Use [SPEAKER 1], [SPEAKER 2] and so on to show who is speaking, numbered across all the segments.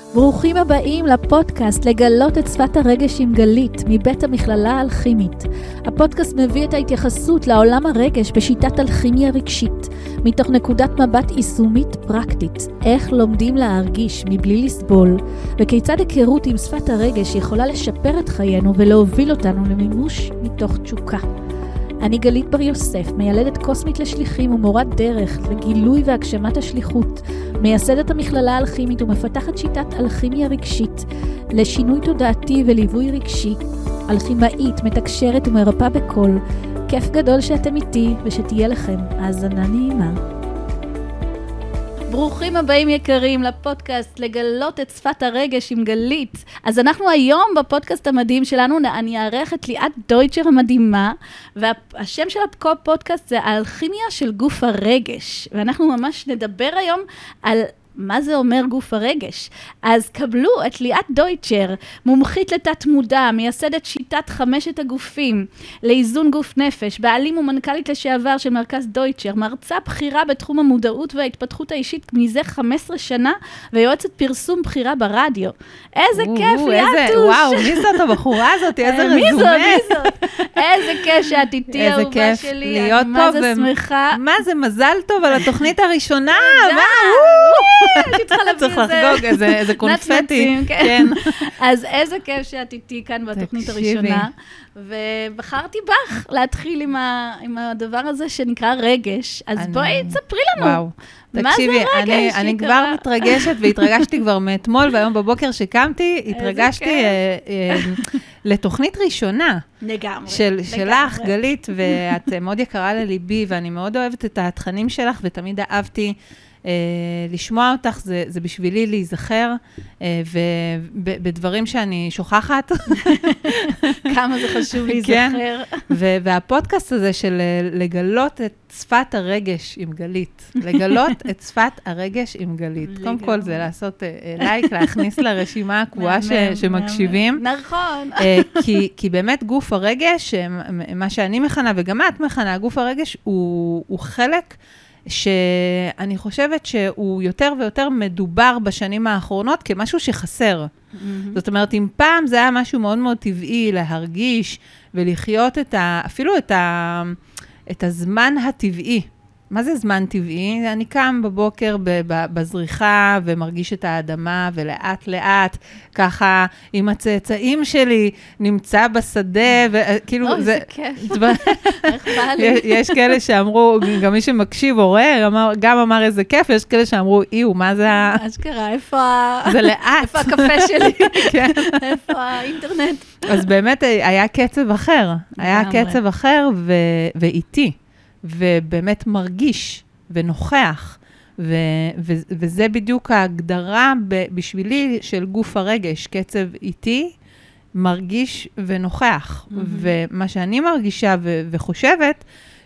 [SPEAKER 1] ברוכים הבאים לפודקאסט לגלות את שפת הרגש עם גלית מבית המכללה האלכימית. הפודקאסט מביא את ההתייחסות לעולם הרגש בשיטת אלכימיה רגשית, מתוך נקודת מבט יישומית פרקטית, איך לומדים להרגיש מבלי לסבול, וכיצד היכרות עם שפת הרגש יכולה לשפר את חיינו ולהוביל אותנו למימוש מתוך תשוקה. אני גלית בר יוסף, מיילדת קוסמית לשליחים ומורת דרך לגילוי והגשמת השליחות, מייסדת המכללה האלכימית ומפתחת שיטת אלכימיה רגשית לשינוי תודעתי וליווי רגשי, אלכימאית, מתקשרת ומרפאה בכל. כיף גדול שאתם איתי ושתהיה לכם האזנה נעימה. ברוכים הבאים יקרים לפודקאסט לגלות את שפת הרגש עם גלית. אז אנחנו היום בפודקאסט המדהים שלנו, אני אארח את ליאת דויטשר המדהימה, והשם של הפודקאסט זה האלכימיה של גוף הרגש, ואנחנו ממש נדבר היום על מה זה אומר גוף הרגש. אז קבלו את ליאת דויטשר, מומחית לתת מודע, מייסדת שיטת 5 הגופים, לאיזון גוף נפש, בעלים ומנכ"לית לשעבר של מרכז דויטשר, מרצה בחירה בתחום המודעות וההתפתחות האישית מזה 15 שנה, ויועצת פרסום בחירה ברדיו. איזה כיף, ליאטוש.
[SPEAKER 2] וואו, מי זאת הבחורה הזאת? איזה רזומה.
[SPEAKER 1] מי זאת? איזה כיף שאת איתי, אהובה שלי. אני מה זה שמחה.
[SPEAKER 2] מה זה מזל טוב על התוכנית הראשונה.
[SPEAKER 1] צריך
[SPEAKER 2] לחגוג איזה קונפטי.
[SPEAKER 1] כן. אז איזה כיף שאת איתי כאן בתוכנית הראשונה, ובחרתי בך להתחיל עם הדבר הזה שנקרא רגש, אז בואי תספרי לנו.
[SPEAKER 2] תקשיבי, אני כבר מתרגשת, והתרגשתי כבר מאתמול, והיום בבוקר שקמתי, התרגשתי לתוכנית ראשונה.
[SPEAKER 1] לגמרי.
[SPEAKER 2] שלך, גלית, ואת מאוד יקרה לליבי, ואני מאוד אוהבת את התכנים שלך, ותמיד אהבתי לשמוע אותך, זה בשבילי להיזכר, ובדברים שאני שוכחת.
[SPEAKER 1] כמה זה חשוב להיזכר.
[SPEAKER 2] והפודקאסט הזה של לגלות את שפת הרגש עם גלית. לגלות את שפת הרגש עם גלית. קודם כל זה לעשות לייק, להכניס לרשימה הקבועה שמקשיבים.
[SPEAKER 1] נכון.
[SPEAKER 2] כי באמת גוף הרגש, מה שאני מכנה וגם את מכנה, גוף הרגש הוא חלק שאני חושבת שהוא יותר ויותר מדובר בשנים האחרונות כמשהו שחסר. זאת אומרת, אם פעם זה היה משהו מאוד מאוד טבעי להרגיש ולחיות אפילו את הזמן הטבעי. מה זה זמן טבעי? אני קם בבוקר בזריחה ומרגיש את האדמה, ולאט לאט ככה עם הצאצאים שלי נמצא בשדה, וכאילו
[SPEAKER 1] זה... זה כיף. איך בא לי?
[SPEAKER 2] יש כאלה שאמרו, גם מי שמקשיב עורר, גם אמר איזה כיף, יש כאלה שאמרו, מה זה
[SPEAKER 1] אשכרה, איפה
[SPEAKER 2] זה לאט.
[SPEAKER 1] איפה הקפה שלי?
[SPEAKER 2] כן.
[SPEAKER 1] איפה האינטרנט?
[SPEAKER 2] אז באמת היה קצב אחר. היה קצב אחר ואיתי. ובאמת מרגיש ונוכח, וזה בדיוק ההגדרה בשבילי של גוף הרגש, קצב איתי, מרגיש ונוכח. ומה שאני מרגישה וחושבת,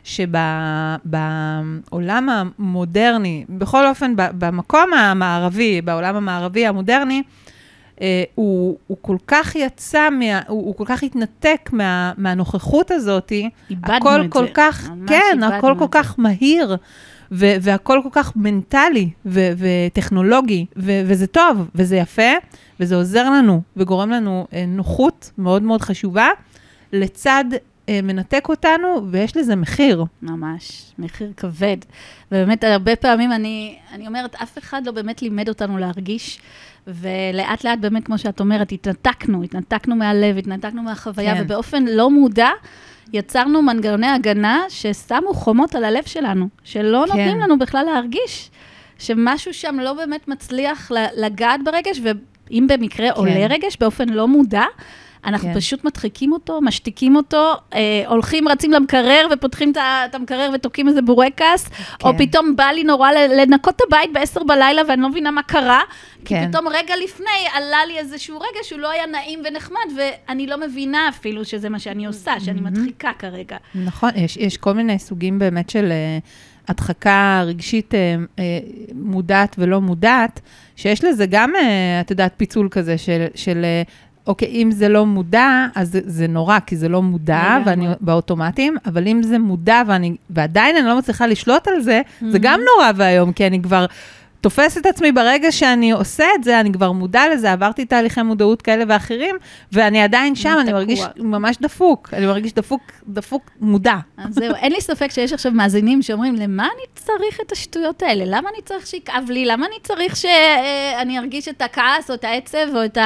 [SPEAKER 2] שבעולם המודרני, בכל אופן במקום המערבי, בעולם המערבי המודרני, הוא כל כך יצא, הוא כל כך התנתק מהנוכחות הזאת, הכל כל כך, כן, הכל כל כך מהיר, והכל כל כך מנטלי וטכנולוגי, וזה טוב, וזה יפה, וזה עוזר לנו, וגורם לנו נוחות מאוד מאוד חשובה, לצד מנתק אותנו, ויש לזה מחיר.
[SPEAKER 1] ממש, מחיר כבד. ובאמת, הרבה פעמים אני אומרת, אף אחד לא באמת לימד אותנו להרגיש, ולאט לאט באמת, כמו שאת אומרת, התנתקנו מהלב, התנתקנו מהחוויה, כן. ובאופן לא מודע, יצרנו מנגנוני הגנה ששמו חומות על הלב שלנו, שלא כן. נותנים לנו בכלל להרגיש, שמשהו שם לא באמת מצליח לגעת ברגש, ואם במקרה כן. עולה רגש, באופן לא מודע, אנחנו כן. פשוט מדחיקים אותו, משתיקים אותו, הולכים, רצים למקרר, ופותחים את המקרר ותוקים איזה בורקס, כן. או פתאום בא לי נורא לנקות את הבית ב10 בלילה, ואני לא מבינה מה קרה, כן. כי פתאום רגע לפני עלה לי איזשהו רגע, שהוא לא היה נעים ונחמד, ואני לא מבינה אפילו שזה מה שאני עושה, שאני מדחיקה כרגע.
[SPEAKER 2] נכון, יש כל מיני סוגים באמת של הדחקה רגשית מודעת ולא מודעת, שיש לזה גם, את יודעת, פיצול כזה של אוקיי, אם זה לא מודע, אז זה נורא, כי זה לא מודע, ואני באוטומטים, אבל אם זה מודע, ועדיין אני לא מצליחה לשלוט על זה, זה גם נורא והיום, כי אני כבר תופס את עצמי ברגע שאני עושה את זה, אני כבר מודע לזה, עברתי תהליכי מודעות כאלה ואחרים, ואני עדיין שם, אני מרגיש ממש דפוק, אני מרגיש דפוק מודע.
[SPEAKER 1] אז זהו, אין לי ספק שיש עכשיו מאזינים שאומרים, למה אני צריך את השטויות האלה? למה אני צריך שיכאב לי? למה אני צריך שאני ארגיש את הכעס או את העצב או את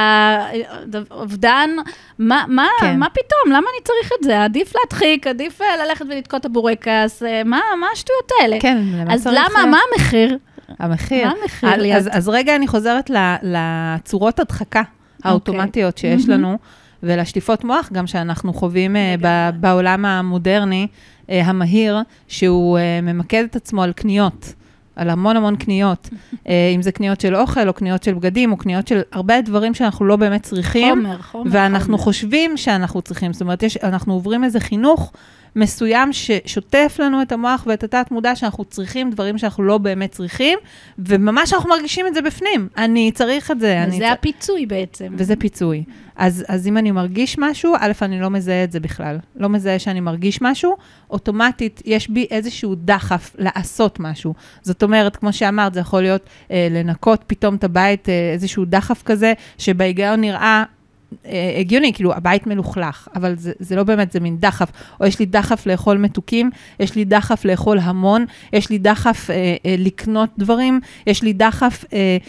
[SPEAKER 1] האובדן? מה פתאום? למה אני צריך את זה? עדיף להדחיק, עדיף ללכת ולתקוע את הבורקס, מה השטויות האלה?
[SPEAKER 2] כן,
[SPEAKER 1] אז למה, מה המחיר?
[SPEAKER 2] המחיר. אז רגע אני חוזרת לצורות הדחקה האוטומטיות שיש לנו, ולשטיפות מוח, גם שאנחנו חווים בעולם המודרני, המהיר, שהוא ממקד את עצמו על קניות, על המון קניות, אם זה קניות של אוכל, או קניות של בגדים, או קניות של הרבה דברים שאנחנו לא באמת צריכים, ואנחנו חושבים שאנחנו צריכים, זאת אומרת, אנחנו עוברים איזה חינוך, מסוים ששוטף לנו את המוח ואת התת מודע שאנחנו צריכים דברים שאנחנו לא באמת צריכים, וממש אנחנו מרגישים את זה בפנים. אני צריך את זה.
[SPEAKER 1] וזה הפיצוי בעצם.
[SPEAKER 2] וזה פיצוי. אז אם אני מרגיש משהו, א', אני לא מזהה את זה בכלל. לא מזהה שאני מרגיש משהו, אוטומטית יש בי איזשהו דחף לעשות משהו. זאת אומרת, כמו שאמרת, זה יכול להיות לנקות פתאום את הבית, איזשהו דחף כזה, שבהיגיון נראה הגיוני, כאילו הבית מלוכלך, אבל זה לא באמת, זה מין דחף, או יש לי דחף לאכול מתוקים, יש לי דחף לאכול המון, יש לי דחף לקנות דברים, יש לי דחף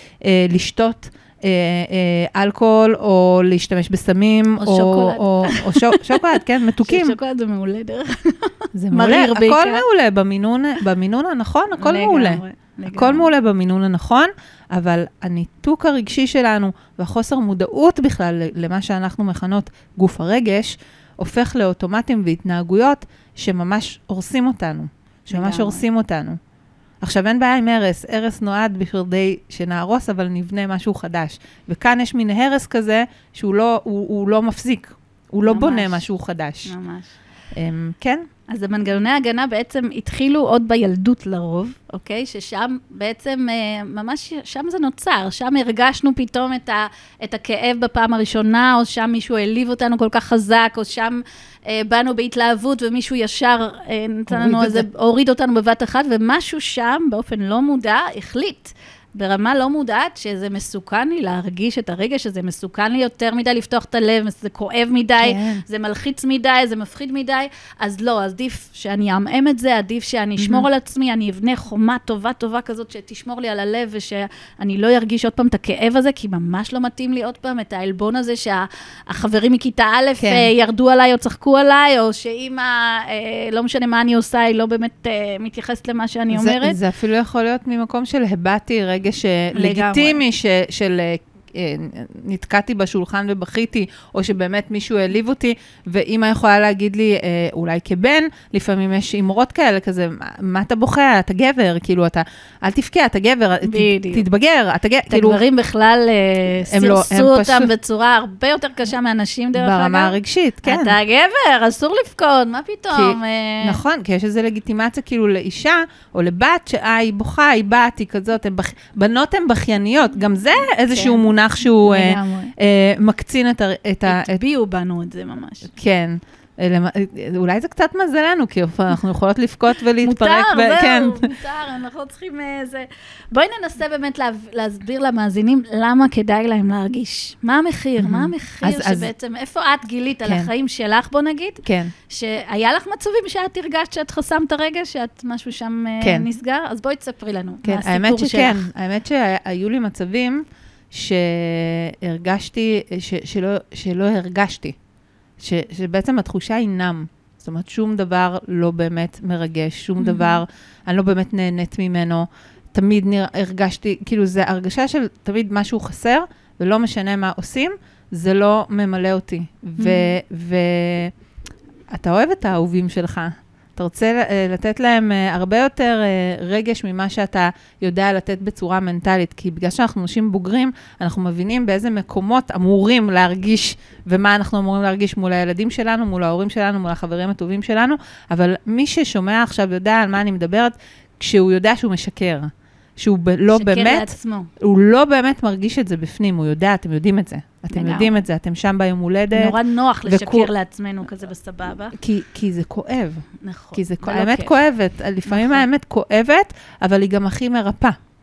[SPEAKER 2] לשתות אלכוהול, או להשתמש בסמים,
[SPEAKER 1] או
[SPEAKER 2] שוקולד. שוקולד, כן, מתוקים.
[SPEAKER 1] שוקולד זה מעולה דרך.
[SPEAKER 2] זה מעולה, הכל מעולה, במינון הנכון, הכל מעולה. הכל מעולה במינון הנכון, אבל הניתוק הרגשי שלנו, והחוסר מודעות בכלל למה שאנחנו מכנות גוף הרגש, הופך לאוטומטים והתנהגויות שממש הורסים אותנו. שממש הורסים אותנו. עכשיו אין בעיה עם הרס, הרס נועד בכדי שנהרוס, אבל נבנה משהו חדש. וכאן יש מין הרס כזה, שהוא לא מפסיק, הוא לא בונה משהו חדש.
[SPEAKER 1] ממש.
[SPEAKER 2] כן?
[SPEAKER 1] אז המנגנוני ההגנה בעצם התחילו עוד בילדות לרוב, אוקיי? ששם בעצם, ממש שם זה נוצר, שם הרגשנו פתאום את הכאב בפעם הראשונה, או שם מישהו העליב אותנו כל כך חזק, או שם באנו בהתלהבות ומישהו ישר נתן לנו איזה, הוריד אותנו בבת אחת, ומשהו שם באופן לא מודע החליט. ברמה לא מודעת שזה מסוכן לי להרגיש את הרגש, שזה מסוכן לי יותר מדי לפתוח את הלב, זה כואב מדי, זה מלחיץ מדי, זה מפחיד מדי, אז לא, אז עדיף שאני אעמם את זה, עדיף שאני אשמור על עצמי, אני אבנה חומה טובה כזאת שתשמור לי על הלב, ושאני לא ארגיש עוד פעם את הכאב הזה, כי ממש לא מתאים לי עוד פעם את העלבון הזה, שהחברים מכיתה א' ירדו עליי או צחקו עליי, או שאמא, לא משנה מה אני עושה, היא לא באמת מתייחסת למה שאני אומרת.
[SPEAKER 2] זה אפילו יכול להיות ממקום של הבאתי רגש לגיטימי של נתקעתי בשולחן ובכיתי, או שבאמת מישהו העליב אותי, ואמא יכולה להגיד לי, אולי כבן, לפעמים יש אמרות כאלה, כזה, מה אתה בוכה? אתה גבר, כאילו, אל תפקע, אתה גבר, תתבגר, אתה גבר.
[SPEAKER 1] את הגברים בכלל סירסו אותם בצורה הרבה יותר קשה מאנשים, דרך אגב.
[SPEAKER 2] ברמה הרגשית, כן.
[SPEAKER 1] אתה גבר, אסור לפקוד, מה פתאום?
[SPEAKER 2] נכון, כי יש איזו לגיטימציה, כאילו, לאישה, או לבת, היא בוכה, היא בת, היא כזאת, בנות הן בכייניות, גם זה איזשהו מונח שהוא מקצין את
[SPEAKER 1] הטביעו בנו את זה ממש.
[SPEAKER 2] כן. אולי זה קצת מזלנו, כי אנחנו יכולות לפקות ולהתפרק.
[SPEAKER 1] מותר, אנחנו צריכים איזה... בואי ננסה באמת להסביר למאזינים למה כדאי להם להרגיש. מה המחיר? מה המחיר שבעצם, איפה את גילית על החיים שלך, בוא נגיד?
[SPEAKER 2] כן.
[SPEAKER 1] שהיה לך מצבים שאת הרגשת שאת חסמת הרגע, שאת משהו שם נסגר? אז בואי תספרי לנו מה הסיפור שלך.
[SPEAKER 2] האמת שהיו לי מצבים שהרגשתי, שלא הרגשתי. שבעצם התחושה היא נם. זאת אומרת, שום דבר לא באמת מרגש, שום דבר, אני לא באמת נהנית ממנו. תמיד הרגשתי, כאילו זה הרגשה של תמיד משהו חסר, ולא משנה מה עושים, זה לא ממלא אותי. ואתה אוהב את האהובים שלך. אתה רוצה לתת להם הרבה יותר רגש ממה שאתה יודע לתת בצורה מנטלית, כי בגלל שאנחנו אנשים בוגרים, אנחנו מבינים באיזה מקומות אמורים להרגיש, ומה אנחנו אמורים להרגיש מול הילדים שלנו, מול ההורים שלנו, מול החברים הטובים שלנו, אבל מי ששומע עכשיו יודע על מה אני מדברת, כשהוא יודע שהוא משקר, שהוא לא באמת,
[SPEAKER 1] לעצמו.
[SPEAKER 2] הוא לא באמת מרגיש את זה בפנים, הוא יודע, אתם יודעים את זה. אתם יודעים את זה, אתם שם ביום הולדת.
[SPEAKER 1] נורא נוח לשקר לעצמנו כזה בסבבה.
[SPEAKER 2] כי זה כואב.
[SPEAKER 1] נכון.
[SPEAKER 2] כי זה האמת כואבת. לפעמים האמת כואבת, אבל היא גם הכי מרפא.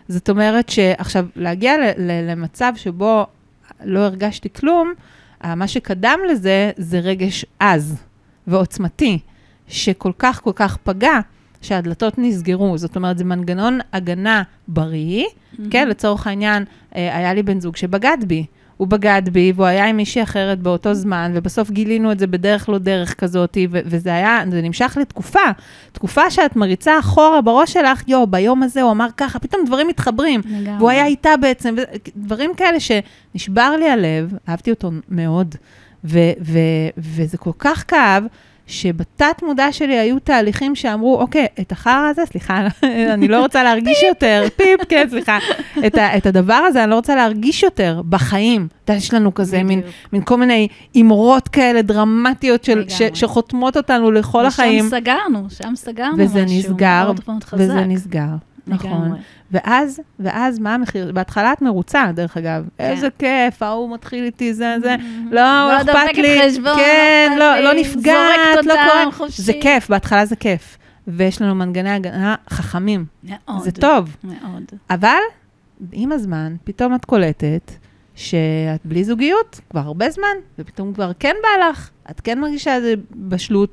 [SPEAKER 2] זאת אומרת שעכשיו, להגיע למצב שבו לא הרגשתי כלום, מה שקדם לזה, זה רגש עז ועוצמתי, שכל כך כל כך פגע, שהדלתות נסגרו. זאת אומרת, זה מנגנון הגנה בריא, כן? לצורך העניין, היה לי בן זוג שבגד בי. הוא בגד בי, והוא היה עם מישהי אחרת באותו זמן, ובסוף גילינו את זה בדרך לא דרך כזאת, וזה היה, זה נמשך לתקופה. תקופה שאת מריצה אחורה בראש שלך, ביום הזה הוא אמר ככה, פתאום דברים מתחברים. והוא היה איתה בעצם, דברים כאלה שנשבר לי הלב, אהבתי אותו מאוד, וזה כל כך כאב, שבתת מודע שלי היו תהליכים שאמרו, אוקיי, את החר הזה, סליחה, אני לא רוצה להרגיש יותר, פיפ, כן, סליחה, את הדבר הזה אני לא רוצה להרגיש יותר בחיים. יש לנו כזה מין כל מיני אמרות כאלה דרמטיות שחותמות אותנו לכל החיים.
[SPEAKER 1] שם סגרנו
[SPEAKER 2] וזה
[SPEAKER 1] משהו.
[SPEAKER 2] נסגר, וזה נסגר. נכון. ואז מה המחיר? בהתחלה את מרוצה, דרך אגב. איזה כיף, ההוא מתחיל איתי, זה. לא אכפת לי. כן, לא נפגעת, לא קורה. זה כיף, בהתחלה זה כיף. ויש לנו מנגני הגנה חכמים.
[SPEAKER 1] מאוד.
[SPEAKER 2] זה טוב.
[SPEAKER 1] מאוד.
[SPEAKER 2] אבל, עם הזמן, פתאום את קולטת שאת בלי זוגיות כבר הרבה זמן, ופתאום כבר כן בא לך. את כן מרגישה איזה בשלות.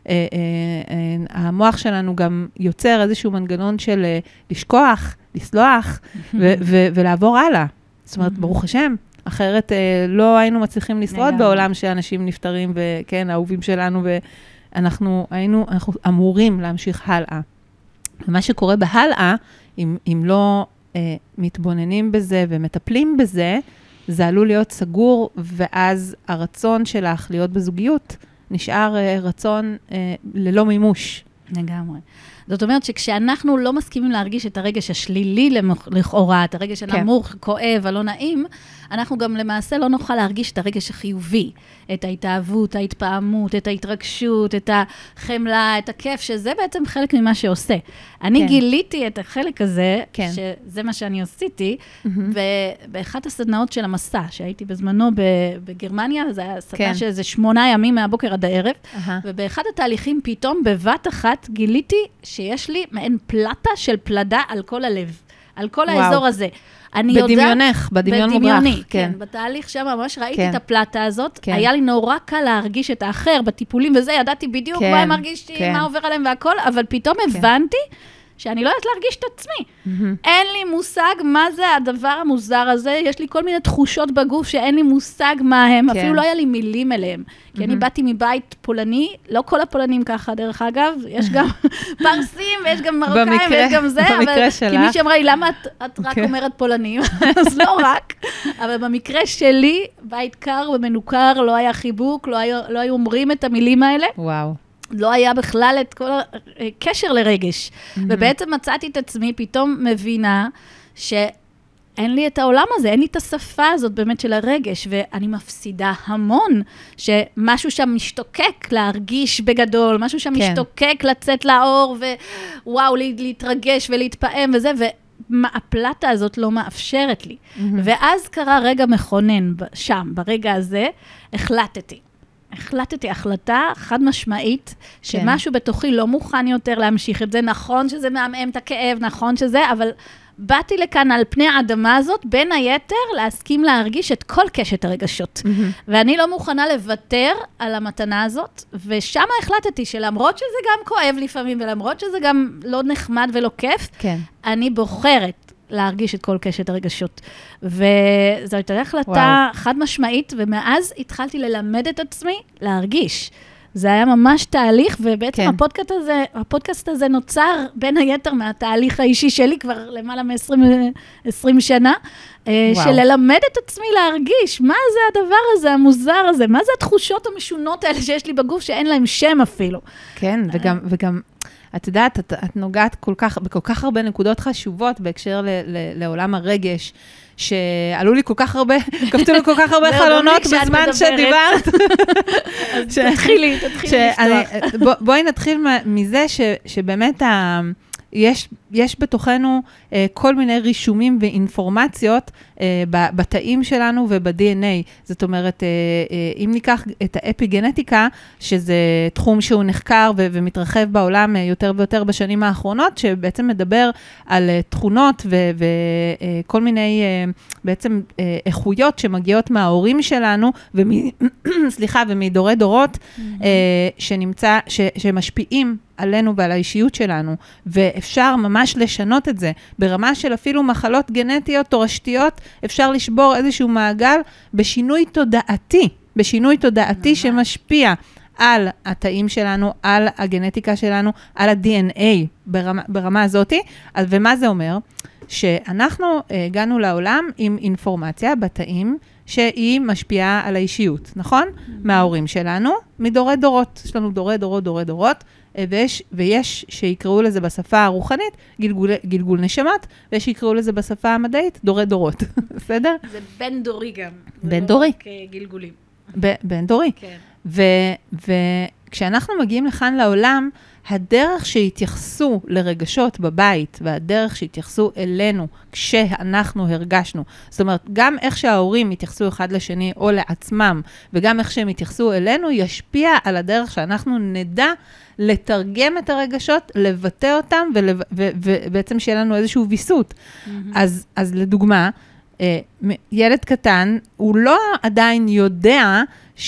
[SPEAKER 2] המוח שלנו גם יוצר איזשהו מנגנון של לשכוח, לסלוח, ולעבור הלאה. זאת אומרת, ברוך השם, אחרת לא היינו מצליחים לשרוד בעולם שאנשים נפטרים, וכן, האהובים שלנו, ואנחנו אמורים להמשיך הלאה. ומה שקורה בהלאה, אם לא מתבוננים בזה ומטפלים בזה, זה עלול להיות סגור, ואז הרצון שלך להיות בזוגיות, נשאר רצון ללא מימוש.
[SPEAKER 1] לגמרי. זאת אומרת שכשאנחנו לא מסכימים להרגיש את הרגש השלילי לכאורה, את הרגש הנמוך, כואב, הלא נעים, אנחנו גם למעשה לא נוכל להרגיש את הרגש החיובי, את ההתאהבות, ההתפעמות, את ההתרגשות, את החמלה, את הכיף, שזה בעצם חלק ממה שעושה. אני גיליתי את החלק הזה, שזה מה שאני עשיתי, באחת הסדנאות של המסע, שהייתי בזמנו בגרמניה, זה היה סדנה שזה 8 ימים מהבוקר עד הערב, ובאחד התהליכים פתאום בבת אחת גיליתי שיש לי מעין פלטה של פלדה על כל הלב, על כל האזור הזה.
[SPEAKER 2] בדמיונך, בדמיון מוברח.
[SPEAKER 1] בדמיוני, כן. בתהליך שם ממש ראיתי את הפלטה הזאת, היה לי נורא קל להרגיש את האחר בטיפולים וזה, ידעתי בדיוק מה הם מרגישים, מה עובר עליהם והכל, אבל פתאום הבנתי שאני לא יודעת להרגיש את עצמי. אין לי מושג מה זה הדבר המוזר הזה, יש לי כל מיני תחושות בגוף שאין לי מושג מה הם, אפילו לא היה לי מילים אליהם. כי אני באתי מבית פולני, לא כל הפולנים ככה דרך אגב, יש גם פרסים ויש גם מרוקאים ויש גם זה, אבל כי מי שאמרה לי, למה את רק אומרת פולנים? אז לא רק, אבל במקרה שלי, בית קר ומנוכר, לא היה חיבוק, לא היו אומרים את המילים האלה.
[SPEAKER 2] וואו.
[SPEAKER 1] לא היה בכלל את כל הקשר לרגש. ובעצם מצאתי את עצמי, פתאום מבינה שאין לי את העולם הזה, אין לי את השפה הזאת באמת של הרגש, ואני מפסידה המון, שמשהו שם משתוקק להרגיש בגדול, משהו שם משתוקק לצאת לאור, ווואו, להתרגש ולהתפעם וזה, והפלטה הזאת לא מאפשרת לי. ואז קרה רגע מכונן שם, ברגע הזה, החלטתי החלטה חד משמעית, שמשהו בתוכי לא מוכן יותר להמשיך את זה, נכון שזה מעמעם את הכאב, נכון שזה, אבל באתי לכאן על פני האדמה הזאת, בין היתר להסכים להרגיש את כל קשת הרגשות. ואני לא מוכנה לוותר על המתנה הזאת, ושם החלטתי שלמרות שזה גם כואב לפעמים, ולמרות שזה גם לא נחמד ולא כיף, אני בוחרת להרגיש את כל קשת הרגשות. וזו הייתה החלטה חד משמעית, ומאז התחלתי ללמד את עצמי להרגיש. זה היה ממש תהליך, ובעצם הפודקאסט הזה נוצר בין היתר מהתהליך האישי שלי, כבר למעלה מ-20 שנה, של ללמד את עצמי להרגיש, מה זה הדבר הזה, המוזר הזה, מה זה התחושות המשונות האלה שיש לי בגוף, שאין להם שם אפילו. כן,
[SPEAKER 2] וגם את יודעת, את נוגעת בכל כך הרבה נקודות חשובות בהקשר לעולם הרגש, שעלו לי כל כך הרבה, קפצו לי כל כך הרבה חלונות בזמן שדיברת.
[SPEAKER 1] אז תתחילי לפתוח.
[SPEAKER 2] בואי נתחיל מזה שבאמת יש יש בתוכנו כל מיני רישומים ואינפורמציות בתאים שלנו וב-DNA. זאת אומרת, אם ניקח את האפיגנטיקה, שזה תחום שהוא נחקר ומתרחב בעולם יותר ויותר בשנים האחרונות, שבעצם מדבר על תכונות וכל מיני בעצם איכויות שמגיעות מההורים שלנו, סליחה, ומדורי דורות, שמשפיעים עלינו ועל האישיות שלנו, ואפשר ממש לשנות את זה. ברמה של אפילו מחלות גנטיות, תורשתיות, אפשר לשבור איזשהו מעגל בשינוי תודעתי שמשפיע על התאים שלנו, על הגנטיקה שלנו, על ה-DNA ברמה הזאת. ומה זה אומר? שאנחנו הגענו לעולם עם אינפורמציה בתאים, שהיא משפיעה על האישיות, נכון? מההורים שלנו, מדורי דורות. יש לנו דורי דורות, ויש שיקראו לזה בשפה הרוחנית, גלגול נשמות, ויש שיקראו לזה בשפה המדעית, דורי דורות. בסדר?
[SPEAKER 1] זה בין דורי גם.
[SPEAKER 2] בין דורי.
[SPEAKER 1] כגלגולים.
[SPEAKER 2] בין דורי.
[SPEAKER 1] כן.
[SPEAKER 2] וכשאנחנו מגיעים לכאן לעולם, הדרך שהתייחסו לרגשות בבית, והדרך שהתייחסו אלינו כשאנחנו הרגשנו, זאת אומרת, גם איך שההורים התייחסו אחד לשני או לעצמם, וגם איך שהם התייחסו אלינו, ישפיע על הדרך שאנחנו נדע לתרגם את הרגשות, לבטא אותם, ובעצם שיהיה לנו איזשהו ויסות. אז לדוגמה, ילד קטן, הוא לא עדיין יודע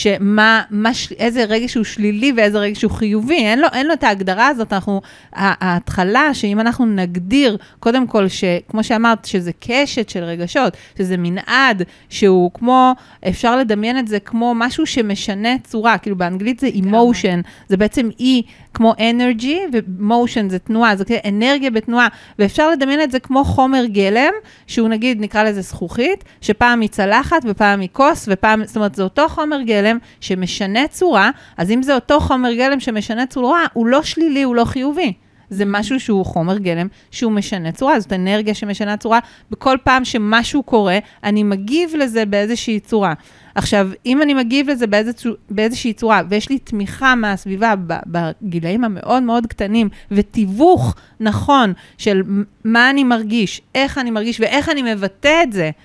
[SPEAKER 2] איזה רגש הוא שלילי ואיזה רגש הוא חיובי, אין לו את ההגדרה הזאת. ההתחלה שאם אנחנו נגדיר, קודם כל, כמו שאמרת, שזה קשת של רגשות, שזה מנעד, שהוא כמו, אפשר לדמיין את זה כמו משהו שמשנה צורה, כאילו באנגלית זה emotion, זה בעצם כמו energy, ו-motion זה תנועה, זה אנרגיה בתנועה, ואפשר לדמיין את זה כמו חומר גלם, שהוא נגיד, נקרא לזה זכוכית, שפעם היא צלחת, ופעם היא כוס, זאת אומרת, זה אותו חומר גלם שמשנה צורה, אז אם זה אותו חומר גלם שמשנה צורה, הוא לא שלילי, הוא לא חיובי. זה משהו שהוא חומר גלם, שהוא משנה צורה, זאת אנרגיה שמשנה צורה, בכל פעם שמשהו קורה, אני מגיב לזה באיזושהי צורה. עכשיו, אם אני מגיב לזה באיזושהי צורה, ויש לי תמיכה מהסביבה בגילאים המאוד מאוד קטנים, ותיווך נכון של מה אני מרגיש, איך אני מרגיש, ואיך אני מבטא את זה,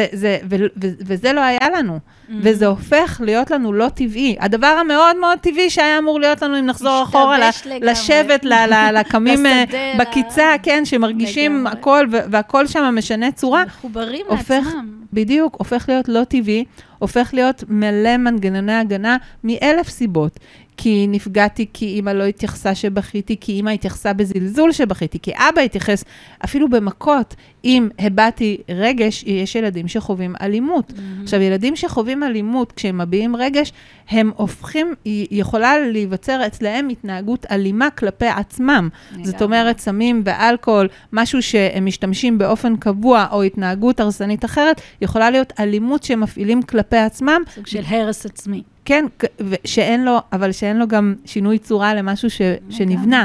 [SPEAKER 2] וזה לא היה לנו. וזה הופך להיות לנו לא טבעי. הדבר המאוד מאוד טבעי שהיה אמור להיות לנו, אם נחזור אחורה, לשבת, לקמים בקיצה, כן, שמרגישים הכל, והכל שם משנה צורה.
[SPEAKER 1] מחוברים לעצמם.
[SPEAKER 2] בדיוק, הופך להיות לא טבעי, הופך להיות מלא מנגנוני הגנה מ1000 סיבות. כי נפגעתי, כי אמא לא התייחסה שבכיתי, כי אמא התייחסה בזלזול שבכיתי, כי אבא התייחס אפילו במכות. אם הבאתי רגש, יש ילדים שחווים אלימות. עכשיו, ילדים שחווים אלימות, כשהם מביעים רגש, הם הופכים, יכולה להיווצר אצלהם התנהגות אלימה כלפי עצמם. זאת אומרת, סמים ואלכוהול, משהו שהם משתמשים באופן קבוע, או התנהגות הרסנית אחרת, יכולה להיות אלימות שהם מפעילים כלפי עצמם.
[SPEAKER 1] סוג של הרס עצמי.
[SPEAKER 2] כן, אבל שאין לו גם שינוי צורה למשהו שנבנה.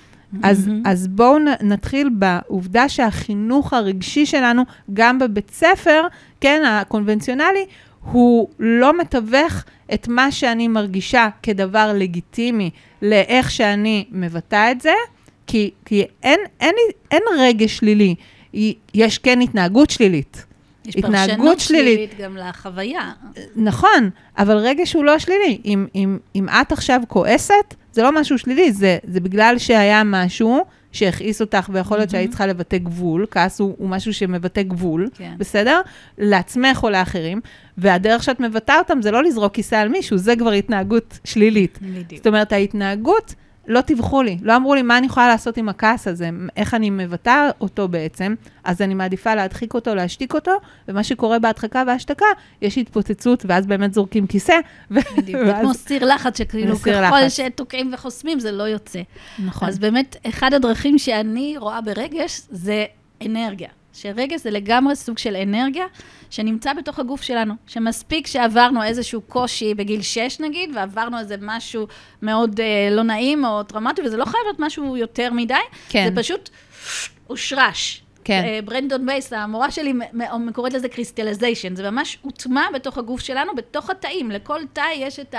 [SPEAKER 2] אז בואו נתחיל בעובדה שהחינוך הרגשי שלנו, גם בבית ספר, כן, הקונבנציונלי, הוא לא מתווך את מה שאני מרגישה כדבר לגיטימי, לאיך שאני מבטא את זה, כי אין רגש שלילי, יש כן התנהגות שלילית.
[SPEAKER 1] יש פרשנות שלילית גם לחוויה.
[SPEAKER 2] נכון, אבל רגש הוא לא שלילי. אם את עכשיו כועסת, זה לא משהו שלילי, זה בגלל שהיה משהו שהכעיס אותך, ויכול להיות שהיית צריכה לבטא גבול, כעס הוא משהו שמבטא גבול, בסדר? לעצמך או לאחרים, והדרך שאת מבטא אותם זה לא לזרוק כיסא על מישהו, זה כבר התנהגות שלילית. זאת אומרת, ההתנהגות לא תבחו לי, לא אמרו לי מה אני יכולה לעשות עם הכעס הזה, איך אני מבטא אותו בעצם, אז אני מעדיפה להדחיק אותו, להשתיק אותו, ומה שקורה בהדחקה וההשתקה, יש התפוצצות, ואז באמת זורקים כיסא.
[SPEAKER 1] כמו סיר לחץ, שכאילו ככל שתוקעים וחוסמים, זה לא יוצא.
[SPEAKER 2] נכון.
[SPEAKER 1] אז באמת, אחד הדרכים שאני רואה ברגש, זה אנרגיה. שרגש זה לגמרי סוג של אנרגיה, שנמצא בתוך הגוף שלנו, שמספיק שעברנו איזשהו קושי בגיל 6 נגיד, ועברנו איזה משהו מאוד לא נעים או טראומטי, וזה לא חייב להיות משהו יותר מדי,
[SPEAKER 2] כן.
[SPEAKER 1] זה פשוט הושרש.
[SPEAKER 2] כן.
[SPEAKER 1] ברנדון בייס, המורה שלי קוראת לזה קריסטליזיישן, זה ממש הוטמע בתוך הגוף שלנו, בתוך התאים, לכל תא יש את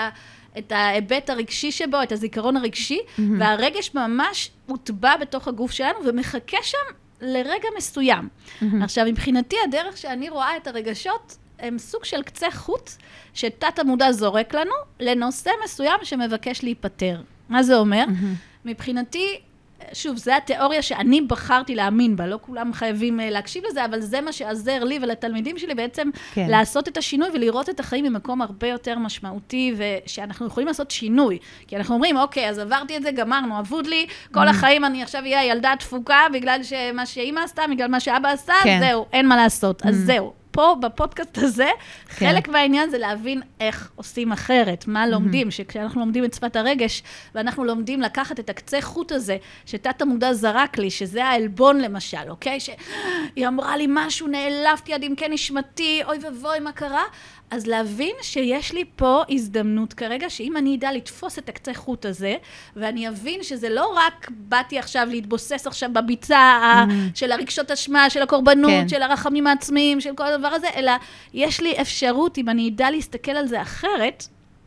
[SPEAKER 1] את ההיבט הרגשי שבו, את הזיכרון הרגשי, והרגש ממש מוטבע בתוך הגוף שלנו, ומחכה שם לרגע מסוים. עכשיו, מבחינתי, הדרך שאני רואה את הרגשות, הם סוג של קצה חוט, שתת המודע זורק לנו, לנושא מסוים שמבקש להיפטר. מה זה אומר? מבחינתי, שוב, זו התיאוריה שאני בחרתי להאמין בה, לא כולם חייבים להקשיב לזה, אבל זה מה שעזר לי ולתלמידים שלי בעצם לעשות את השינוי ולראות את החיים ממקום הרבה יותר משמעותי, ושאנחנו יכולים לעשות שינוי. כי אנחנו אומרים, אוקיי, אז עברתי את זה, גמרנו, עבוד לי, כל החיים אני עכשיו אהיה ילדה תפוקה, בגלל שמה שאמא עשתה, בגלל מה שאבא עשה, זהו, אין מה לעשות. אז זהו. פה, בפודקאסט הזה, חלק מהעניין זה להבין איך עושים אחרת, מה לומדים, שכשאנחנו לומדים את שפת הרגש, ואנחנו לומדים לקחת את הקצה חוט הזה, שתת המודע זרק לי, שזה העלבון למשל, אוקיי? שהיא אמרה לי משהו, נעלבתי עד עמקי נשמתי, אוי ובוי, מה קרה? אז להבין שיש לי פה הזדמנות כרגע, שאם אני אדע לתפוס את הקצה חוט הזה, ואני אבין שזה לא רק באתי עכשיו להתבוסס עכשיו בביצה של הרגשות אשמה, של הקורבנות, של הרחמים העצמיים, של כל הדבר הזה, אלא יש לי אפשרות, אם אני אדע להסתכל על זה אחרת,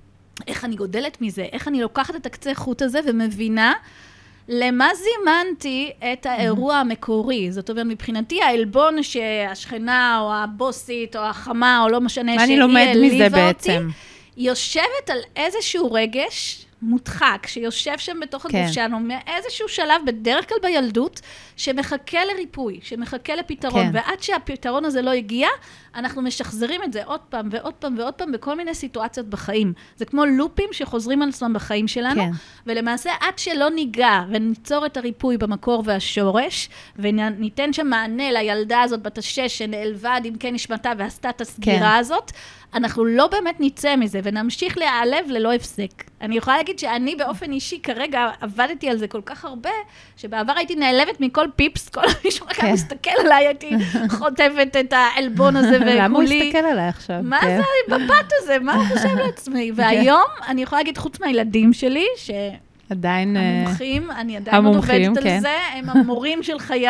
[SPEAKER 1] איך אני גודלת מזה, איך אני לוקחת את הקצה חוט הזה ומבינה, למה זימנתי את האירוע המקורי? זאת אומרת, מבחינתי, העלבון שהשכנה או הבוסית או החמה או לא משנה שהיא העליבה אותי, יושבת על איזשהו רגש מודחק, שיושב שם בתוך הגוף שלנו, מאיזשהו שלב, בדרך כלל בילדות, שמחכה לריפוי, שמחכה לפתרון, ועד שהפתרון הזה לא הגיע, אנחנו משחזרים את זה עוד פעם ועוד פעם ועוד פעם, בכל מיני סיטואציות בחיים. זה כמו לופים שחוזרים על עצמם בחיים שלנו, ולמעשה עד שלא ניגע וניצור את הריפוי במקור והשורש, וניתן שם מענה לילדה הזאת בת השש, שנעלבה עד עמקי נשמתה ועשתה את הסגירה הזאת, אנחנו לא באמת נצא מזה, ונמשיך להיעלב ללא הפסק. אני יכולה להגיד שאני באופן אישי כרגע עבדתי על זה כל כך הרבה, שבעבר הייתי נעלבת מכל פיפס, כל מישהו רק מסתכל עליי, הייתי חוטפת את העלבון הזה וכולי.
[SPEAKER 2] למה הוא הסתכל עליי עכשיו?
[SPEAKER 1] מה זה בבת הזה? מה הוא חושב לעצמי? והיום אני יכולה להגיד חוץ מהילדים שלי,
[SPEAKER 2] עדיין
[SPEAKER 1] המומחים, אני עדיין עוד עובדת על זה, הם המורים של חיי.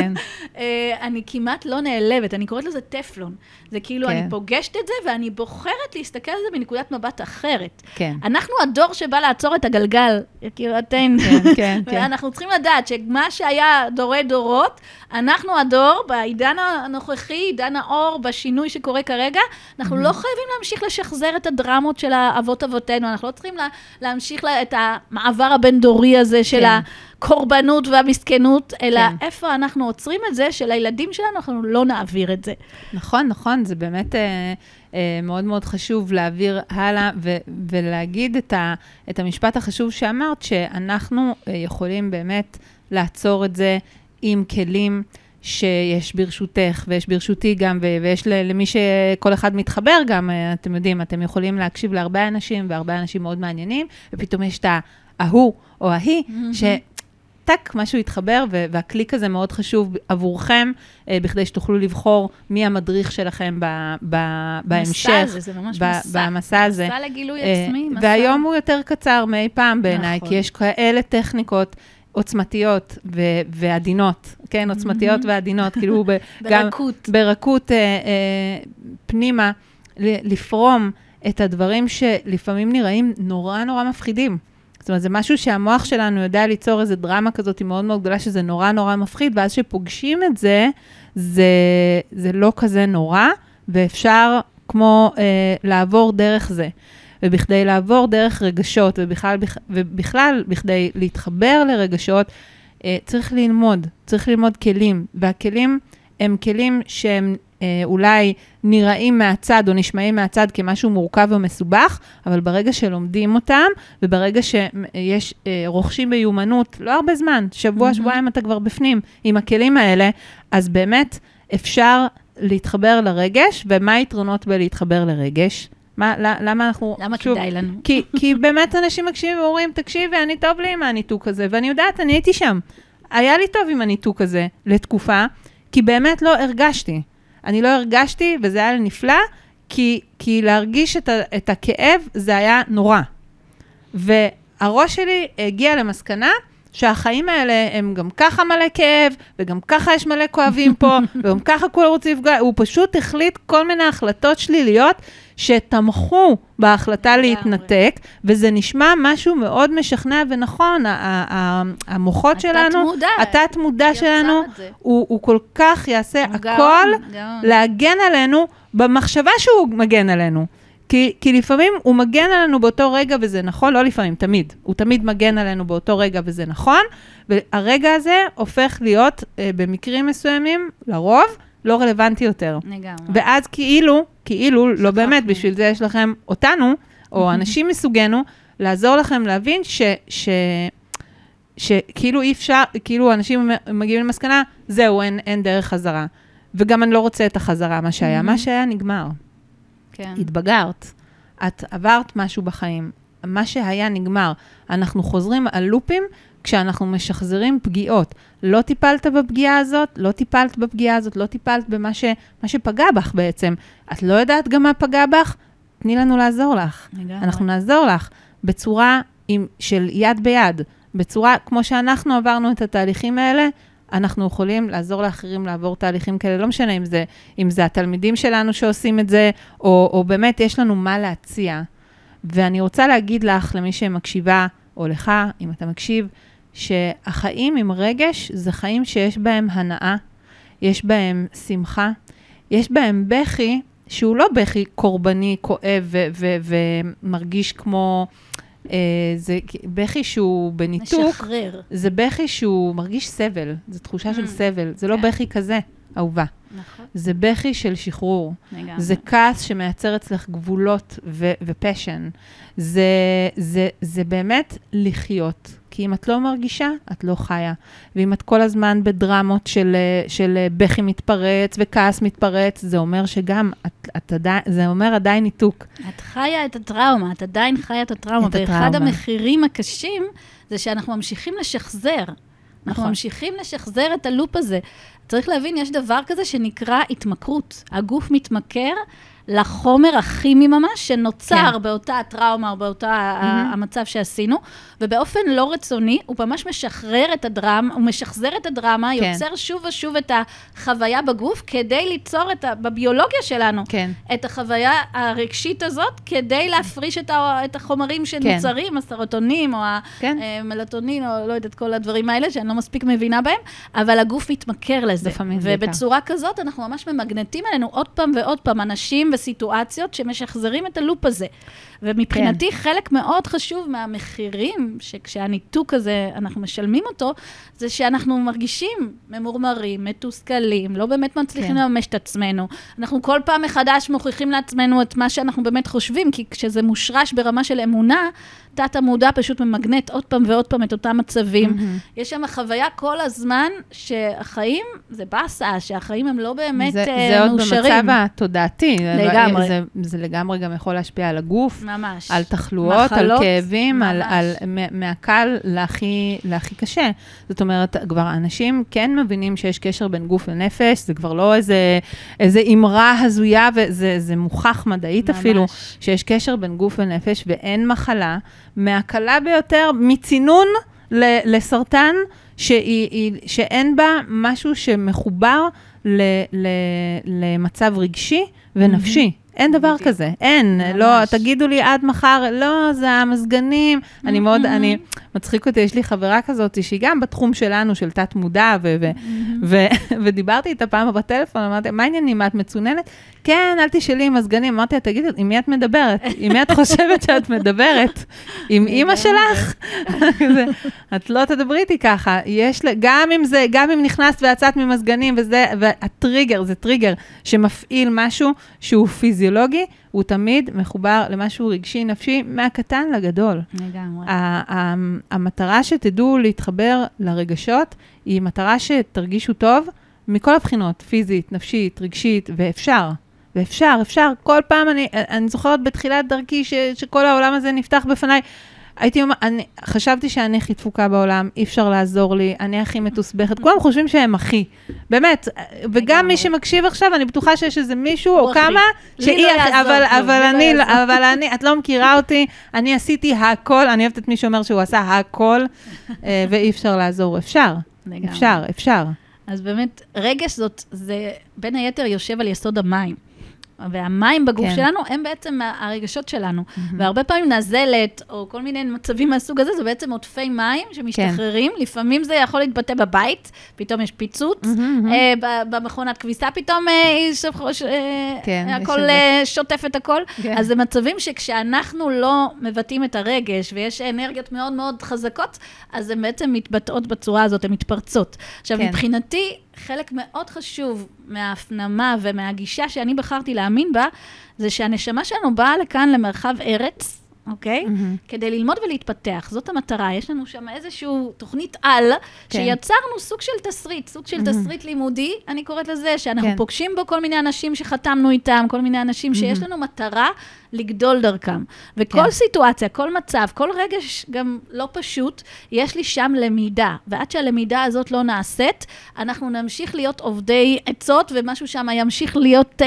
[SPEAKER 1] אני כמעט לא נעלבת, אני קוראת לזה טפלון. זה כאילו, אני פוגשת את זה, ואני בוחרת להסתכל על זה מנקודת מבט אחרת. אנחנו הדור שבא לעצור את הגלגל, יקירתנו. ואנחנו צריכים לדעת שמה שהיה דורי דורות, אנחנו הדור, בעידן הנוכחי, עידן האור, בשינוי שקורה כרגע, אנחנו לא חייבים להמשיך לשחזר את הדרמות של האבות אבותינו, אנחנו לא צריכים להמשיך את המעבר הבין-דורי הזה של הקורבנות והמסכנות, אלא איפה אנחנו עוצרים את זה, שלילדים שלנו אנחנו לא נעביר את זה.
[SPEAKER 2] נכון, נכון, זה באמת מאוד מאוד חשוב להעביר הלאה, ולהגיד את המשפט החשוב שאמרת, שאנחנו יכולים באמת לעצור את זה עם כלים שיש ברשותך, ויש ברשותי גם, ויש למי שכל אחד מתחבר גם, אתם יודעים, אתם יכולים להקשיב להרבה אנשים, והרבה אנשים מאוד מעניינים, ופתאום יש את ההוא או ההיא, שטק, משהו יתחבר, והקליק הזה מאוד חשוב עבורכם, בכדי שתוכלו לבחור מי המדריך שלכם בהמשך, במסע הזה.
[SPEAKER 1] מסע לגילוי עצמי.
[SPEAKER 2] והיום הוא יותר קצר מאי פעם בעיניי, כי יש כאלה טכניקות עוצמתיות ועדינות, כן, עוצמתיות ועדינות, כאילו ברכות פנימה, לפרום את הדברים שלפעמים נראים נורא נורא מפחידים. זאת אומרת, זה משהו שהמוח שלנו יודע ליצור איזו דרמה כזאת מאוד מאוד גדולה, שזה נורא נורא מפחיד, ואז שפוגשים את זה, זה לא כזה נורא, ואפשר כמו לעבור דרך זה. ובכדי לעבור דרך רגשות, ובכלל בכדי להתחבר לרגשות, צריך ללמוד כלים, והכלים הם כלים שהם אולי נראים מהצד או נשמעים מהצד כמשהו מורכב ומסובך, אבל ברגע שלומדים אותם, וברגע שיש רוכשים ביומנות, לא הרבה זמן, שבוע, שבועיים אתה כבר בפנים עם הכלים האלה, אז באמת אפשר להתחבר לרגש, ומה היתרונות בלהתחבר לרגש? למה אנחנו...
[SPEAKER 1] למה כדאי לנו?
[SPEAKER 2] כי באמת אנשים מקשיבים ואומרים, תקשיבי, אני טוב לי עם הניתוק הזה, ואני יודעת, אני הייתי שם. היה לי טוב עם הניתוק הזה לתקופה, כי באמת לא הרגשתי. אני לא הרגשתי, וזה היה נפלא, כי להרגיש את הכאב, זה היה נורא. והראש שלי הגיע למסקנה, שהחיים האלה הם גם ככה מלא כאב, וגם ככה יש מלא כואבים פה, וגם ככה כולם רוצים לפגוע, הוא פשוט החליט כל מיני החלטות שליליות, שתמכו בהחלטה להתנתק, וזה נשמע משהו מאוד משכנע ונכון, המוחות שלנו, התת מודע שלנו, הוא כל כך יעשה הכל להגן עלינו, במחשבה שהוא מגן עלינו. כי לפעמים הוא מגן עלינו באותו רגע, וזה נכון, לא לפעמים, תמיד. הוא תמיד מגן עלינו באותו רגע, וזה נכון, והרגע הזה הופך להיות, במקרים מסוימים, לרוב, לא רלוונטי יותר.
[SPEAKER 1] לגמרי.
[SPEAKER 2] ואז כאילו, לא באמת, בשביל זה יש לכם אותנו, או אנשים מסוגנו, לעזור לכם להבין שכאילו אי אפשר, כאילו אנשים מגיעים למסקנה, זהו, אין דרך חזרה. וגם אני לא רוצה את החזרה, מה שהיה. מה שהיה נגמר.
[SPEAKER 1] כן.
[SPEAKER 2] התבגרת. את עברת משהו בחיים. מה שהיה נגמר. אנחנו חוזרים על לופים, כשאנחנו משחזרים פגיעות. לא טיפלת בפגיעה הזאת, לא טיפלת בפגיעה הזאת, לא טיפלת במה שפגע בך בעצם. את לא יודעת גם מה פגע בך? תני לנו לעזור לך. אנחנו נעזור לך בצורה של יד ביד. בצורה, כמו שאנחנו עברנו את התהליכים האלה, אנחנו יכולים לעזור לאחרים לעבור תהליכים כאלה, לא משנה אם זה התלמידים שלנו שעושים את זה, או באמת יש לנו מה להציע. ואני רוצה להגיד לך, למי שמקשיבה, או לך, אם אתה מקשיב, שהחיים עם רגש, זה חיים שיש בהם הנאה, יש בהם שמחה, יש בהם בכי, שהוא לא בכי קורבני, כואב ומרגיש כמו, זה בכי שהוא בניתוק.
[SPEAKER 1] משחרר.
[SPEAKER 2] זה בכי שהוא מרגיש סבל, זו תחושה של סבל, זה לא בכי כזה, אהובה.
[SPEAKER 1] נכון.
[SPEAKER 2] זה בכי של שחרור. זה כעס שמייצר אצלך גבולות ופשן. זה באמת לחיות. כי אם את לא מרגישה, את לא חיה. ואם את כל הזמן בדרמות של בכי מתפרץ וכעס מתפרץ, זה אומר שגם, זה אומר עדיין ניתוק.
[SPEAKER 1] את חיה את הטראומה, את עדיין חיה את הטראומה. ואחד המחירים הקשים זה שאנחנו ממשיכים לשחזר. אנחנו ממשיכים לשחזר את הלופ הזה. צריך להבין, יש דבר כזה שנקרא התמכרות. הגוף מתמכר לחומר הכימי ממש, שנוצר באותה הטראומה או באותה המצב שעשינו, ובאופן לא רצוני, הוא ממש משחרר את הדרמה, הוא משחזר את הדרמה, יוצר שוב ושוב את החוויה בגוף, כדי ליצור בביולוגיה שלנו, את החוויה הרגשית הזאת, כדי להפריש את החומרים שנוצרים, הסרוטונים, או המלטונין, או לא יודעת, כל הדברים האלה, שאני לא מספיק מבינה בהם, אבל הגוף מתמכר לזה. ובצורה כזאת, אנחנו ממש ממגנטים עלינו עוד פעם ועוד פעם, אנשים וסיטואציות שמשחזרים את הלופ הזה. ומבחינתי חלק מאוד חשוב מהמחירים, שכשהניתוק הזה אנחנו משלמים אותו, זה שאנחנו מרגישים ממורמרים, מתוסכלים, לא באמת מצליחים לממש את עצמנו. אנחנו כל פעם מחדש מוכיחים לעצמנו את מה שאנחנו באמת חושבים, כי כשזה מושרש ברמה של אמונה, תת המודע פשוט ממגנט עוד פעם ועוד פעם את אותם מצבים. יש שם חוויה כל הזמן שהחיים, זה בסה, שהחיים הם לא באמת מאושרים.
[SPEAKER 2] זה עוד במצב התודעתי. לגמרי. זה לגמרי גם יכול להשפיע על הגוף.
[SPEAKER 1] ממש.
[SPEAKER 2] על תחלואות, על כאבים, מהקל להכי קשה. זאת אומרת, כבר אנשים כן מבינים שיש קשר בין גוף לנפש, זה כבר לא איזה אמרה הזויה, וזה מוכח מדעית אפילו, שיש קשר בין גוף לנפש, ואין מחלה, מהקלה ביותר, מצינון לסרטן, שאין בה משהו שמחובר למצב רגשי ונפשי. אין דבר כזה, אין, לא, תגידו לי עד מחר, לא, זה המסגנים, אני מצחיק אותי, יש לי חברה כזאת, שהיא גם בתחום שלנו, של תת מודע, ודיברתי איתה פעם בטלפון, אמרתי, מה העניינים, מה את מצוננת? כן, אל תשאלי עם הסגנים, אמרתי, תגידי, עם מי את מדברת? עם מי את חושבת שאת מדברת? עם אמא שלך? את לא תדברי איתי ככה, גם אם נכנסת ויצאת ממסגנים, והטריגר, זה טריגר שמפעיל משהו שהוא פיזיולוגי, הוא תמיד מחובר למשהו רגשי נפשי מהקטן לגדול.
[SPEAKER 1] לגמרי.
[SPEAKER 2] המטרה שתדעו להתחבר לרגשות, היא מטרה שתרגישו טוב מכל הבחינות, פיזית, נפשית, רגשית, ואפשר, כל פעם אני זוכרת בתחילת דרכי שכל העולם הזה נפתח בפניי, חשבתי שאני הכי דפוקה בעולם, אי אפשר לעזור לי, אני הכי מתוסבכת, כולם חושבים שהם הכי, באמת, וגם מי שמקשיב עכשיו, אני בטוחה שיש איזה מישהו או כמה, אבל את לא מכירה אותי, אני עשיתי הכל, אני אוהבת את מי שאומר שהוא עשה הכל, ואי אפשר לעזור, אפשר.
[SPEAKER 1] אז באמת, רגש זה בין היתר יושב על יסוד המים. והמים בגוף שלנו הם בעצם הרגשות שלנו. והרבה פעמים נזלת, או כל מיני מצבים מהסוג הזה, זה בעצם עודפי מים שמשתחררים. לפעמים זה יכול להתבטא בבית, פתאום יש פיצוץ, במכונת כביסה פתאום הכל שוטף את הכל. אז זה מצבים שכשאנחנו לא מבטאים את הרגש, ויש אנרגיות מאוד מאוד חזקות, אז הן בעצם מתבטאות בצורה הזאת, הן מתפרצות. עכשיו, מבחינתי, חלק מאוד חשוב מההפנמה ומהגישה שאני בחרתי להאמין בה, זה שהנשמה שלנו באה לכאן למרחב ארץ, אוקיי? כדי ללמוד ולהתפתח. זאת המטרה. יש לנו שם איזשהו תוכנית על, שיצרנו סוג של תסריט לימודי, אני קוראת לזה, שאנחנו פוגשים בו כל מיני אנשים שחתמנו איתם, כל מיני אנשים שיש לנו מטרה לגדול דרכם. וכל סיטואציה, כל מצב, כל רגש גם לא פשוט, יש לי שם למידה. ועד שהלמידה הזאת לא נעשית, אנחנו נמשיך להיות עובדי עצות, ומשהו שם ימשיך להיות,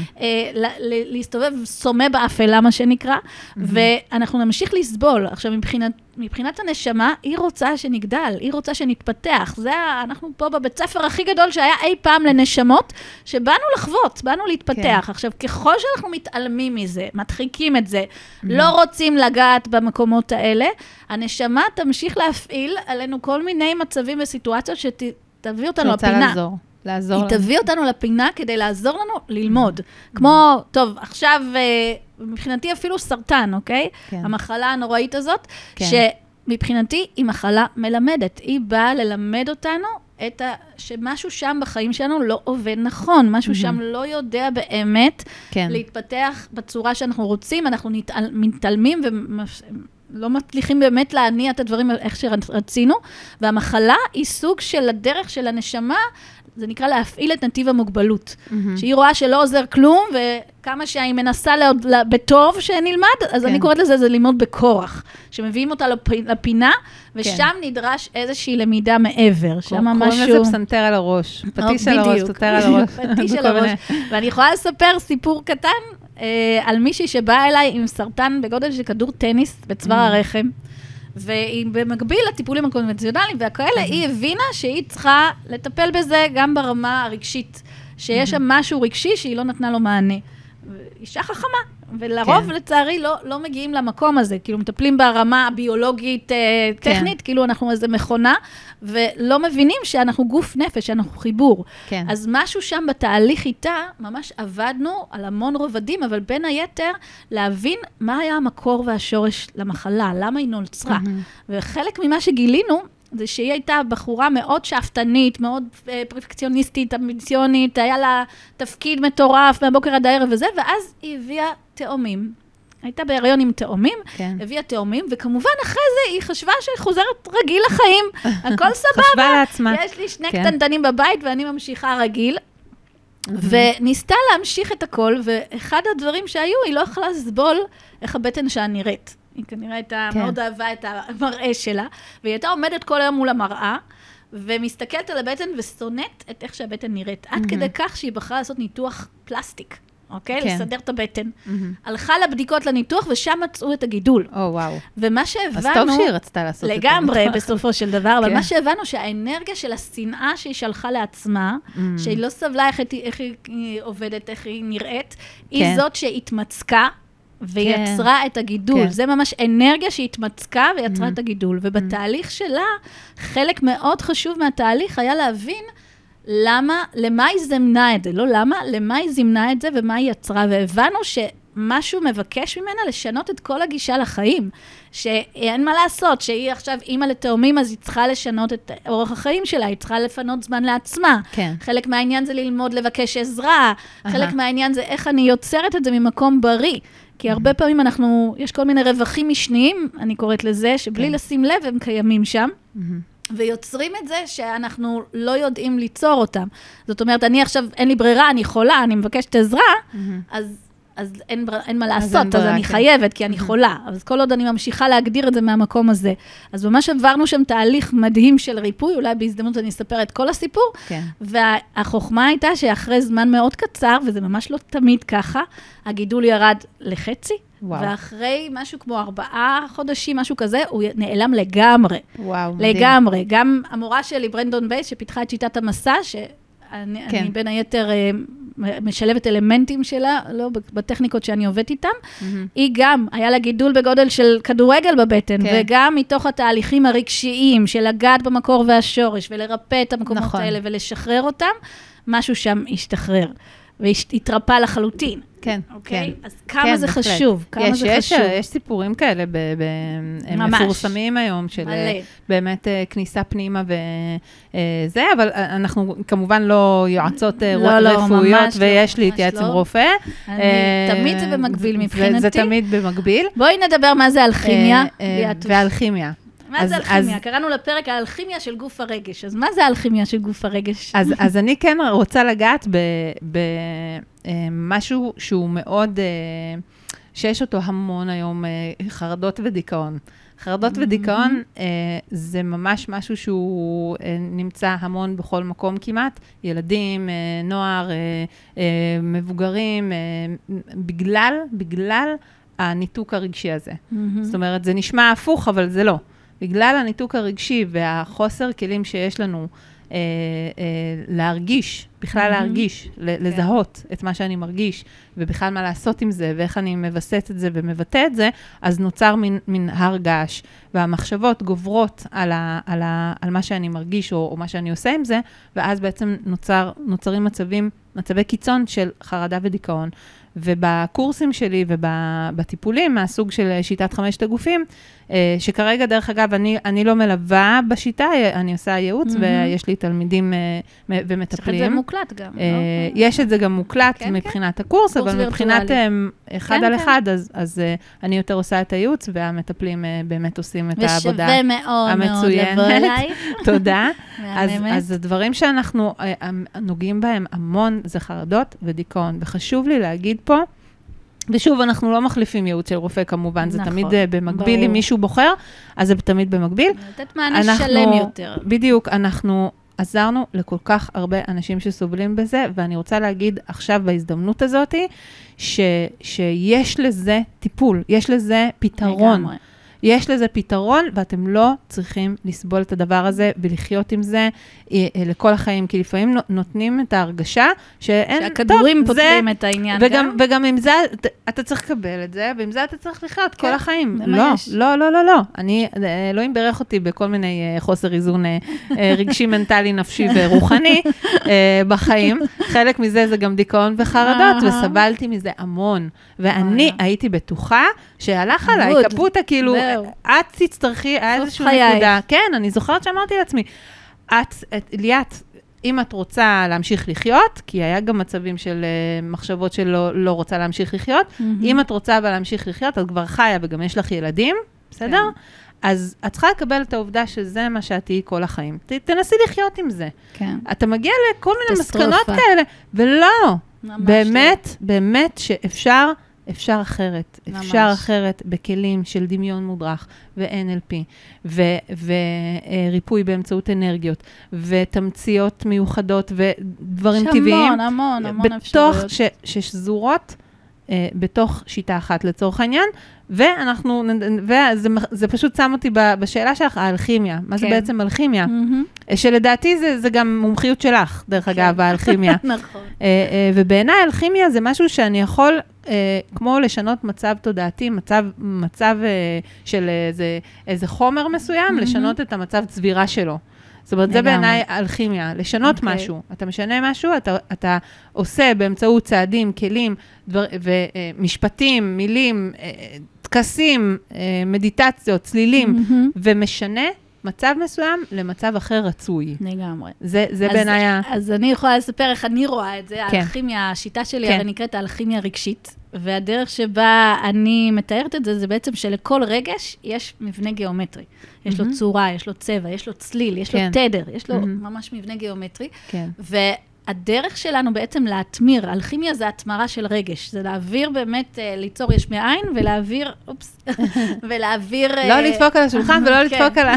[SPEAKER 1] להסתובב סומה באפלה, מה שנקרא, ואנחנו נמשיך לסבול. עכשיו, מבחינת הנשמה, היא רוצה שנגדל, היא רוצה שנתפתח. אנחנו פה בבית ספר הכי גדול שהיה אי פעם לנשמות, שבאנו לחוות, באנו להתפתח. עכשיו, ככל שאנחנו מתעלמים מזה, מדחיקים את זה, לא רוצים לגעת במקומות האלה, הנשמה תמשיך להפעיל עלינו כל מיני מצבים וסיטואציות שתביא אותנו לפינה. היא תביא אותנו לפינה כדי לעזור לנו ללמוד. כמו, טוב, עכשיו, מבחינתי אפילו סרטן, אוקיי? המחלה הנוראית הזאת, שמבחינתי היא מחלה מלמדת. היא באה ללמד אותנו שמשהו שם בחיים שלנו לא עובד נכון, משהו שם לא יודע באמת להתפתח בצורה שאנחנו רוצים, אנחנו מתעלמים ולא מצליחים באמת להניע את הדברים איך שרצינו, והמחלה היא סוג של הדרך של הנשמה, זה נקרא להפעיל את נתיב המוגבלות, שהיא רואה שלא עוזר כלום, וכמה שהיא מנסה בטוב שנלמד, אז אני קוראת לזה, זה ללמוד בכורח, שמביאים אותה לפינה, ושם נדרש איזושהי למידה מעבר, שם משהו...
[SPEAKER 2] קוראים לזה פסנתר על הראש, פטיש על הראש, סנתר על הראש.
[SPEAKER 1] פטיש על הראש, ואני יכולה לספר סיפור קטן, על מישהי שבאה אליי עם סרטן בגודל של כדור טניס בצוואר הרחם, והיא במקביל לטיפולים הקונבנציונליים והכאלה, היא הבינה שהיא צריכה לטפל בזה גם ברמה הרגשית, שיש שם משהו רגשי שהיא לא נתנה לו מענה. אישה חכמה, ולרוב לצערי לא מגיעים למקום הזה, כאילו מטפלים ברמה הביולוגית טכנית, כאילו אנחנו איזה מכונה, ולא מבינים שאנחנו גוף נפש, שאנחנו חיבור. אז משהו שם בתהליך איתה, ממש עבדנו על המון רובדים, אבל בין היתר להבין מה היה המקור והשורש למחלה, למה היא נולצרה. וחלק ממה שגילינו, זה שהיא הייתה בחורה מאוד שאפתנית, מאוד פרפקציוניסטית, אמביציונית, היה לה תפקיד מטורף מהבוקר עד הערב וזה, ואז היא הביאה תאומים. הייתה בהיריון עם תאומים, הביאה תאומים, וכמובן אחרי זה היא חשבה שהיא חוזרת רגיל לחיים, הכל סבבה.
[SPEAKER 2] חשבה לעצמה.
[SPEAKER 1] יש לי שני קטנטנים בבית ואני ממשיכה רגיל, וניסתה להמשיך את הכל, ואחד הדברים שהיו, היא לא יכלה לסבול איך הבטן שלה נראית. היא כנראה הייתה מאוד אהבה את המראה שלה, והיא הייתה עומדת כל היום מול המראה, ומסתכלת על הבטן ושונאת את איך שהבטן נראית. עד כדי כך שהיא בחרה לעשות ניתוח פלסטיק, אוקיי? לסדר את הבטן. הלכה לבדיקות לניתוח, ושם מצאו את הגידול.
[SPEAKER 2] וואו.
[SPEAKER 1] ומה שהבנו...
[SPEAKER 2] אז טוב שהיא רצתה לעשות את זה.
[SPEAKER 1] לגמרי, בסופו של דבר, אבל מה שהבנו שהאנרגיה של השנאה שהיא שלחה לעצמה, שהיא לא סבלה איך היא עובדת, איך היא נראית, היא זאת שהתמצקה, ויצרה את הגידול. זה ממש אנרגיה שהתמצקה ויצרה את הגידול. ובתהליך שלה, חלק מאוד חשוב מהתהליך היה להבין למה היא זמנה את זה. לא למה, למה היא זמנה את זה ומה היא יצרה. והבנו שמשהו מבקש ממנה לשנות את כל הגישה לחיים. שאין מה לעשות, שהיא עכשיו אימא לתאומים, אז היא צריכה לשנות את אורח החיים שלה, היא צריכה לפנות זמן לעצמה. חלק מהעניין זה ללמוד לבקש עזרה. חלק מהעניין זה איך אני יוצרת את זה ממקום בריא. כי הרבה פעמים יש כל מיני רווחים משניים, אני קוראת לזה, שבלי לשים לב הם קיימים שם, ויוצרים את זה שאנחנו לא יודעים ליצור אותם. זאת אומרת, אני עכשיו, אין לי ברירה, אני חולה, אני מבקשת עזרה, אז אז אין מה לעשות, אז אני חייבת, כי אני חולה. אז כל עוד אני ממשיכה להגדיר את זה מהמקום הזה. אז ממש עברנו שם תהליך מדהים של ריפוי, אולי בהזדמנות אני אספר את כל הסיפור, והחוכמה הייתה שאחרי זמן מאוד קצר, וזה ממש לא תמיד ככה, הגידול ירד לחצי, ואחרי משהו כמו 4 חודשים, משהו כזה, הוא נעלם לגמרי.
[SPEAKER 2] וואו,
[SPEAKER 1] לגמרי. גם המורה שלי, ברנדון בייס, שפיתחה את שיטת המסע, שאני בין היתר משלבת אלמנטים שלה, לא בטכניקות שאני עובדת איתם, היא גם, היה לה גידול בגודל של כדורגל בבטן, וגם מתוך התהליכים הרגשיים, של לגעת במקור והשורש, ולרפא את המקומות האלה, ולשחרר אותם, משהו שם השתחרר, והתרפא לחלוטין.
[SPEAKER 2] כן,
[SPEAKER 1] כן. אז כמה זה חשוב, כמה זה חשוב.
[SPEAKER 2] יש סיפורים כאלה, הם מפורסמים היום, של באמת כניסה פנימה וזה, אבל אנחנו כמובן לא יועצות רפואיות, ויש להתייעץ עם רופא.
[SPEAKER 1] תמיד זה במקביל מבחינתי.
[SPEAKER 2] זה תמיד במקביל.
[SPEAKER 1] בואי נדבר מה זה אלכימיה.
[SPEAKER 2] ואלכימיה.
[SPEAKER 1] מה זה אלכימיה? קראנו לפרק האלכימיה של גוף הרגש. אז מה זה האלכימיה של גוף הרגש?
[SPEAKER 2] אז אני כן רוצה לגעת במשהו שהוא מאוד, שיש אותו המון היום, חרדות ודיכאון. חרדות ודיכאון זה ממש משהו שהוא נמצא המון בכל מקום כמעט. ילדים, נוער, מבוגרים, בגלל הניתוק הרגשי הזה. זאת אומרת, זה נשמע הפוך, אבל זה לא. בגלל הניתוק הרגשי והחוסר כלים שיש לנו להרגיש, בכלל להרגיש, לזהות את מה שאני מרגיש, ובכלל מה לעשות עם זה, ואיך אני מבסט את זה ומבטא את זה, אז נוצר מין הרגש, והמחשבות גוברות על מה שאני מרגיש, או מה שאני עושה עם זה, ואז בעצם נוצרים מצבי קיצון של חרדה ודיכאון. ובקורסים שלי ובטיפולים מהסוג של שיטת 5 הגופים, שכרגע, דרך אגב, אני לא מלווה בשיטה, אני עושה ייעוץ, ויש לי תלמידים ומטפלים.
[SPEAKER 1] צריך את זה מוקלט גם.
[SPEAKER 2] יש את זה גם מוקלט מבחינת הקורס, אבל מבחינת אחד על אחד, אז אני יותר עושה את הייעוץ, והמטפלים באמת עושים את העבודה המצוינת. תודה. אז הדברים שאנחנו נוגעים בהם המון, זה חרדות ודיכאון, וחשוב לי להגיד פה, ושוב, אנחנו לא מחליפים ייעוץ של רופא כמובן, זה תמיד במקביל, אם מישהו בוחר, אז זה תמיד במקביל.
[SPEAKER 1] לתת מענה שלם יותר.
[SPEAKER 2] בדיוק, אנחנו עזרנו לכל כך הרבה אנשים שסובלים בזה, ואני רוצה להגיד עכשיו בהזדמנות הזאת, שיש לזה טיפול, יש לזה פתרון. יש לזה פתרון, ואתם לא צריכים לסבול את הדבר הזה ולחיות עם זה לכל החיים, כי לפעמים נותנים את ההרגשה שאין,
[SPEAKER 1] שהכדורים פותרים את העניין
[SPEAKER 2] וגם עם זה, אתה צריך לקבל את זה, ועם זה אתה צריך לחיות כל החיים. לא. אלוהים ברך אותי בכל מיני חוסר איזון רגשי, מנטלי, נפשי ורוחני בחיים. חלק מזה זה גם דיכאון וחרדות, וסבלתי מזה המון. ואני הייתי בטוחה שהלך עליי, קפוטה, כאילו, את תצטרכי איזושהי נקודה. כן, אני זוכרת שאמרתי לעצמי, ליאת, אם את רוצה להמשיך לחיות, כי היה גם מצבים של מחשבות שלא רוצה להמשיך לחיות, אם את רוצה אבל להמשיך לחיות, את כבר חיה וגם יש לך ילדים, בסדר? אז את צריכה לקבל את העובדה שזה מה שאת תהיי כל החיים. תנסי לחיות עם זה. אתה מגיע לכל מיני מסקנות כאלה, ולא, באמת שאפשר אחרת. אפשר אחרת בכלים של דמיון מודרך ו-NLP, וריפוי באמצעות אנרגיות, ותמציות מיוחדות ודברים טבעיים.
[SPEAKER 1] המון אפשרויות.
[SPEAKER 2] ששזורות בתוך שיטה אחת לצורך העניין, וזה פשוט שם אותי בשאלה שלך, האלכימיה. מה זה בעצם אלכימיה? שלדעתי זה גם מומחיות שלך, דרך אגב, האלכימיה.
[SPEAKER 1] נכון.
[SPEAKER 2] ובעיניי האלכימיה זה משהו שאני יכול, כמו לשנות מצב תודעתי, מצב של איזה חומר מסוים, לשנות את המצב צבירה שלו. זאת אומרת, זה בעיניי אלכימיה, לשנות משהו. אתה משנה משהו, אתה עושה באמצעות צעדים, כלים, ומשפטים, מילים, טקסים, מדיטציות, צלילים, ומשנה מצב מסוים למצב אחר רצוי.
[SPEAKER 1] לגמרי.
[SPEAKER 2] זה בעיניי
[SPEAKER 1] אז אני יכולה לספר איך אני רואה את זה. האלכימיה, השיטה שלי הרי נקראת האלכימיה רגשית, והדרך שבה אני מתארת את זה, זה בעצם שלכל רגש יש מבנה גיאומטרי. יש לו צורה, יש לו צבע, יש לו צליל, יש לו תדר, יש לו ממש מבנה גיאומטרי. הדרך שלנו בעצם להתמיר, אלכימיה זה התמרה של רגש, זה להעביר באמת, ליצור יש מאין, ולהעביר, ולהעביר...
[SPEAKER 2] לא לדפוק על השולחן ולא לדפוק על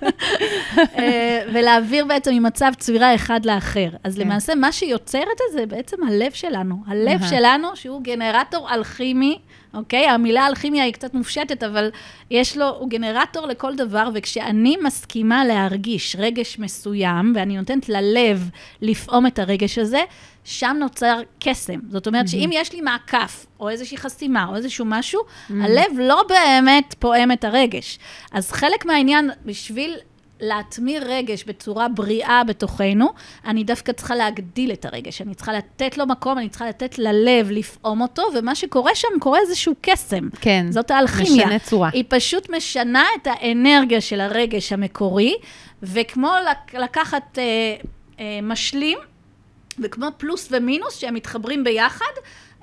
[SPEAKER 1] ולהעביר בעצם ממצב צבירה אחד לאחר. אז למעשה, מה שיוצר את זה, זה בעצם הלב שלנו. הלב שלנו, שהוא גנרטור אלכימי, אוקיי? המילה אלכימיה היא קצת מופשטת, אבל הוא גנרטור לכל דבר, וכשאני מסכימה להרגיש רגש מסוים, ואני נותנת ללב לפעום את הרגש הזה, שם נוצר קסם. זאת אומרת שאם יש לי מעקף, או איזושהי חסימה, או איזשהו משהו, הלב לא באמת פועם את הרגש. אז חלק מהעניין, בשביל להתמיר רגש בצורה בריאה בתוכנו, אני דווקא צריכה להגדיל את הרגש, אני צריכה לתת לו מקום, אני צריכה לתת ללב לפעום אותו, ומה שקורה שם, קורה איזשהו קסם.
[SPEAKER 2] כן,
[SPEAKER 1] זאת האלכימיה.
[SPEAKER 2] משנה צורה.
[SPEAKER 1] היא פשוט משנה את האנרגיה של הרגש המקורי, וכמו לקחת משלים, וכמו פלוס ומינוס, שהם מתחברים ביחד,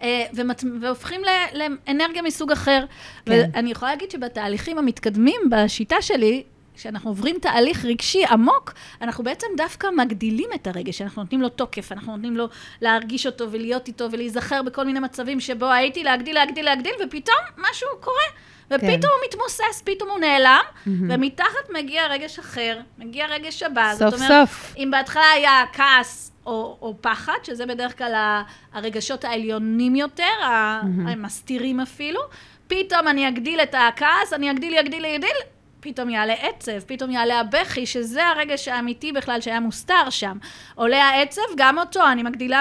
[SPEAKER 1] והופכים לאנרגיה מסוג אחר. כן. ואני יכולה להגיד שבתהליכים המתקדמים, בשיטה שלי, כשאנחנו עוברים תהליך רגשי עמוק, אנחנו בעצם דווקא מגדילים את הרגש, אנחנו נותנים לו תוקף, אנחנו נותנים לו להרגיש אותו ולהיות איתו ולהיזכר בכל מיני מצבים שבו הייתי להגדיל, ופתאום משהו קורה, ופתאום הוא מתמוסס, פתאום הוא נעלם, ומתחת מגיע רגש אחר, מגיע רגש הבא.
[SPEAKER 2] סוף סוף.
[SPEAKER 1] אם בהתחלה היה כעס או פחד, שזה בדרך כלל הרגשות העליונים יותר, המסתירים אפילו, פתאום אני אגדיל את הכעס, אני אגדיל, פתאום יעלה עצב, פתאום יעלה הבכי, שזה הרגש האמיתי בכלל שהיה מוסתר שם. עולה העצב, גם אותו, אני מגדילה,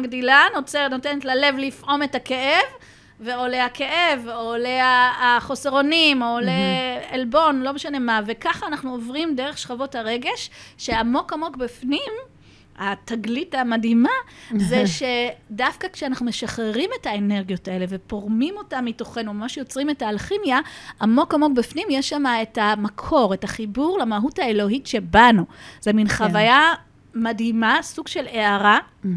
[SPEAKER 1] נותנת ללב לפעום את הכאב, ועולה הכאב, או עולה החוסר אונים, או עולה אלבון, לא משנה מה, וככה אנחנו עוברים דרך שכבות הרגש, שעמוק עמוק בפנים, התגלית המדהימה, זה שדווקא כשאנחנו משחררים את האנרגיות האלה, ופורמים אותה מתוכנו, ממש יוצרים את האלכימיה, עמוק עמוק בפנים יש שם את המקור, את החיבור למהות האלוהית שבנו. זה מין חוויה מדהימה, סוג של הערה,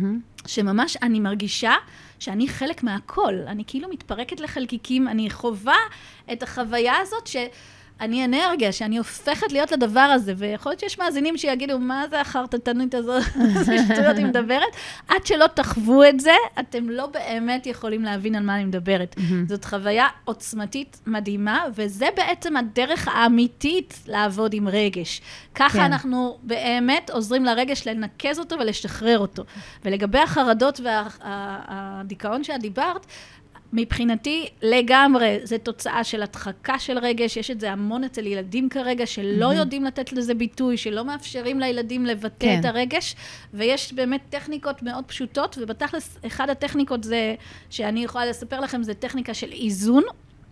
[SPEAKER 1] שממש אני מרגישה שאני חלק מהכל. אני כאילו מתפרקת לחלקיקים, אני חווה את החוויה הזאת אני אנרגיה, שאני הופכת להיות לדבר הזה, ויכול להיות שיש מאזינים שיגידו, מה זה החרטטנות הזאת, שטויות היא מדברת, עד שלא תחוו את זה, אתם לא באמת יכולים להבין על מה אני מדברת. זאת חוויה עוצמתית מדהימה, וזה בעצם הדרך האמיתית לעבוד עם רגש. ככה אנחנו באמת עוזרים לרגש לנקז אותו ולשחרר אותו. ולגבי החרדות והדיכאון שאת דיברת, מבחינתי לגמרי, זה תוצאה של הדחקה של רגש, יש את זה המון אצל ילדים כרגע, שלא יודעים לתת לזה ביטוי, שלא מאפשרים לילדים לבטא את הרגש, ויש באמת טכניקות מאוד פשוטות, ובתכלס, אחד הטכניקות זה, שאני יכולה לספר לכם, זה טכניקה של איזון,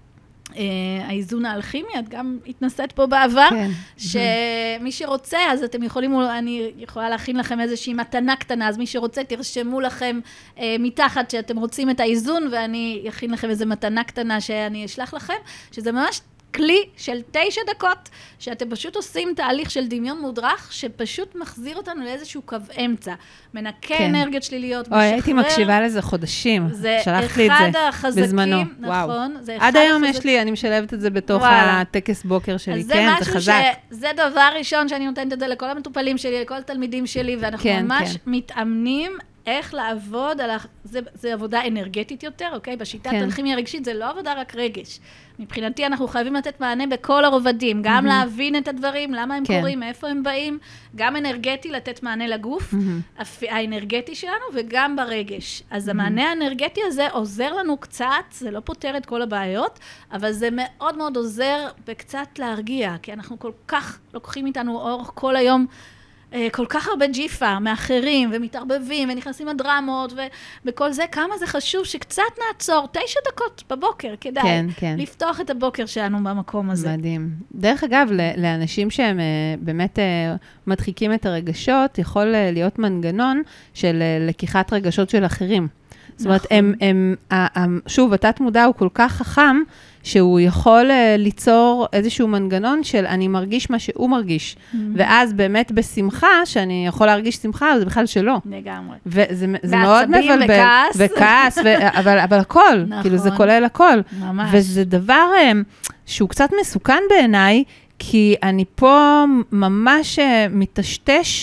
[SPEAKER 1] האיזון האלכימי, את גם התנסית פה בעבר, שמי שרוצה, אז אתם יכולים, אני יכולה להכין לכם איזושהי מתנה קטנה, אז מי שרוצה, תרשמו לכם מתחת שאתם רוצים את האיזון, ואני אכין לכם איזו מתנה קטנה שאני אשלח לכם, שזה ממש כלי של 9 דקות, שאתם פשוט עושים תהליך של דמיון מודרך, שפשוט מחזיר אותנו לאיזשהו קו אמצע. מנקה אנרגיות שליליות, משחרר.
[SPEAKER 2] הייתי מקשיבה לזה חודשים. שלחת לי את זה בזמנו.
[SPEAKER 1] נכון.
[SPEAKER 2] עד היום יש לי, אני משלבת את זה בתוך הטקס בוקר שלי. כן, זה חזק.
[SPEAKER 1] זה דבר ראשון שאני נותנת את זה לכל המטופלים שלי, לכל התלמידים שלי, ואנחנו ממש מתאמנים איך לעבוד, זה עבודה אנרגטית יותר, אוקיי? בשיטת אלכימיה רגשית זה לא עבודה רק רגש. מבחינתי אנחנו חייבים לתת מענה בכל הרובדים, גם להבין את הדברים, למה הם קורים, מאיפה הם באים, גם אנרגטי לתת מענה לגוף, האנרגטי שלנו, וגם ברגש. אז המענה האנרגטי הזה עוזר לנו קצת, זה לא פותר את כל הבעיות, אבל זה מאוד מאוד עוזר בקצת להרגיע, כי אנחנו כל כך לוקחים איתנו אור כל היום, כל כך הרבה ג'יפה מאחרים ומתערבבים ונכנסים לדרמות ובכל זה, כמה זה חשוב שקצת נעצור 9 דקות בבוקר, כדאי לפתוח את הבוקר שלנו במקום הזה.
[SPEAKER 2] מדהים. דרך אגב, לאנשים שהם באמת מדחיקים את הרגשות, יכול להיות מנגנון של לקיחת רגשות של אחרים. זאת אומרת, שוב, התת מודע הוא כל כך חכם, שהוא יכול ליצור איזשהו מנגנון של אני מרגיש מה שהוא מרגיש. ואז באמת בשמחה, שאני יכול להרגיש שמחה, זה בכלל שלא.
[SPEAKER 1] לגמרי.
[SPEAKER 2] וזה מאוד מבלבל. וכעס, אבל הכל, כאילו זה כולל הכל.
[SPEAKER 1] ממש.
[SPEAKER 2] וזה דבר שהוא קצת מסוכן בעיניי, כי אני פה ממש מתשתש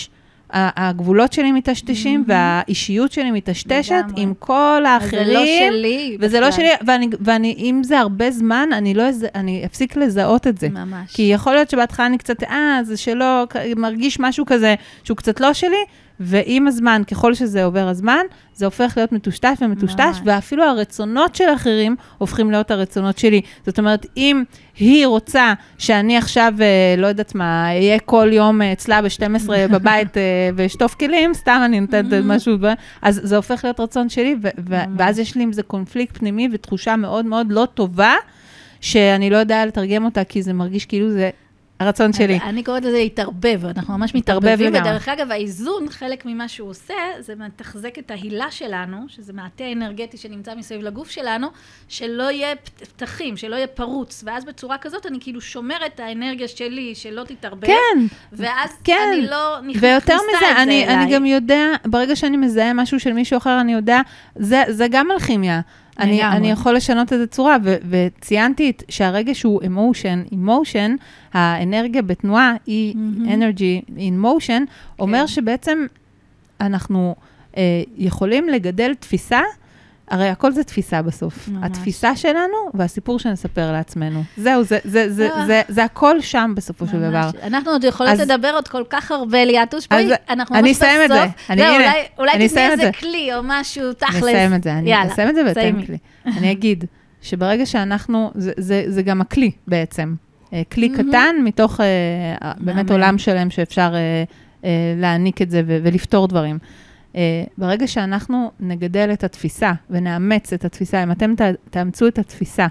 [SPEAKER 2] הגבולות שלי מתשתשים, והאישיות שלי מתשתשת עם כל האחרים.
[SPEAKER 1] זה לא שלי.
[SPEAKER 2] וזה לא שלי, ואני, אם זה הרבה זמן, אני אפסיק לזהות את זה.
[SPEAKER 1] ממש.
[SPEAKER 2] כי יכול להיות שבהתחלה אני קצת, זה שלא, מרגיש משהו כזה, שהוא קצת לא שלי, ועם הזמן, ככל שזה עובר הזמן, זה הופך להיות מטושטש ומטושטש, ואפילו הרצונות של אחרים הופכים להיות הרצונות שלי. זאת אומרת, אם היא רוצה שאני עכשיו, לא יודעת מה, אהיה כל יום אצלה ב-12 בבית ושטוף כלים, סתם אני נותנת משהו, אז זה הופך להיות רצון שלי, ואז יש לי עם זה קונפליקט פנימי ותחושה מאוד מאוד לא טובה, שאני לא יודעה לתרגם אותה, כי זה מרגיש כאילו זה הרצון שלי.
[SPEAKER 1] אני קוראת לזה להתערבב, אנחנו ממש מתערבבים, ודרך אגב, האיזון, חלק ממה שהוא עושה, זה מתחזק את ההילה שלנו, שזה מעטה אנרגטי שנמצא מסביב לגוף שלנו, שלא יהיה פתחים, שלא יהיה פרוץ, ואז בצורה כזאת אני כאילו שומרת את האנרגיה שלי, שלא תתערבב, ואז אני לא מכניסה את זה אליי.
[SPEAKER 2] אני גם יודע, ברגע שאני מזהה משהו של מישהו אחר, אני יודע, זה גם אלכימיה. אני יכול לשנות את הצורה, וציינתי שהרגש הוא emotion, האנרגיה בתנועה היא energy in motion, אומר שבעצם אנחנו יכולים לגדל תפיסה, הרי הכל זה תפיסה בסוף. התפיסה שלנו והסיפור שנספר לעצמנו. זהו, זה הכל שם בסופו של דבר.
[SPEAKER 1] אנחנו עוד יכולות לדבר עוד כל כך הרבה ליאטוש,
[SPEAKER 2] אני אסיים את זה.
[SPEAKER 1] אולי תתני איזה כלי או משהו תכלס.
[SPEAKER 2] אני אסיים את זה, אני אסיים את זה ואתן כלי. אני אגיד שברגע שאנחנו, זה גם הכלי בעצם. כלי קטן מתוך באמת עולם שלם שאפשר להעניק את זה ולפתור דברים. ברגע שאנחנו נגדל את התפיסה ונאמץ את התפיסה, אם אתם תאמצו את התפיסה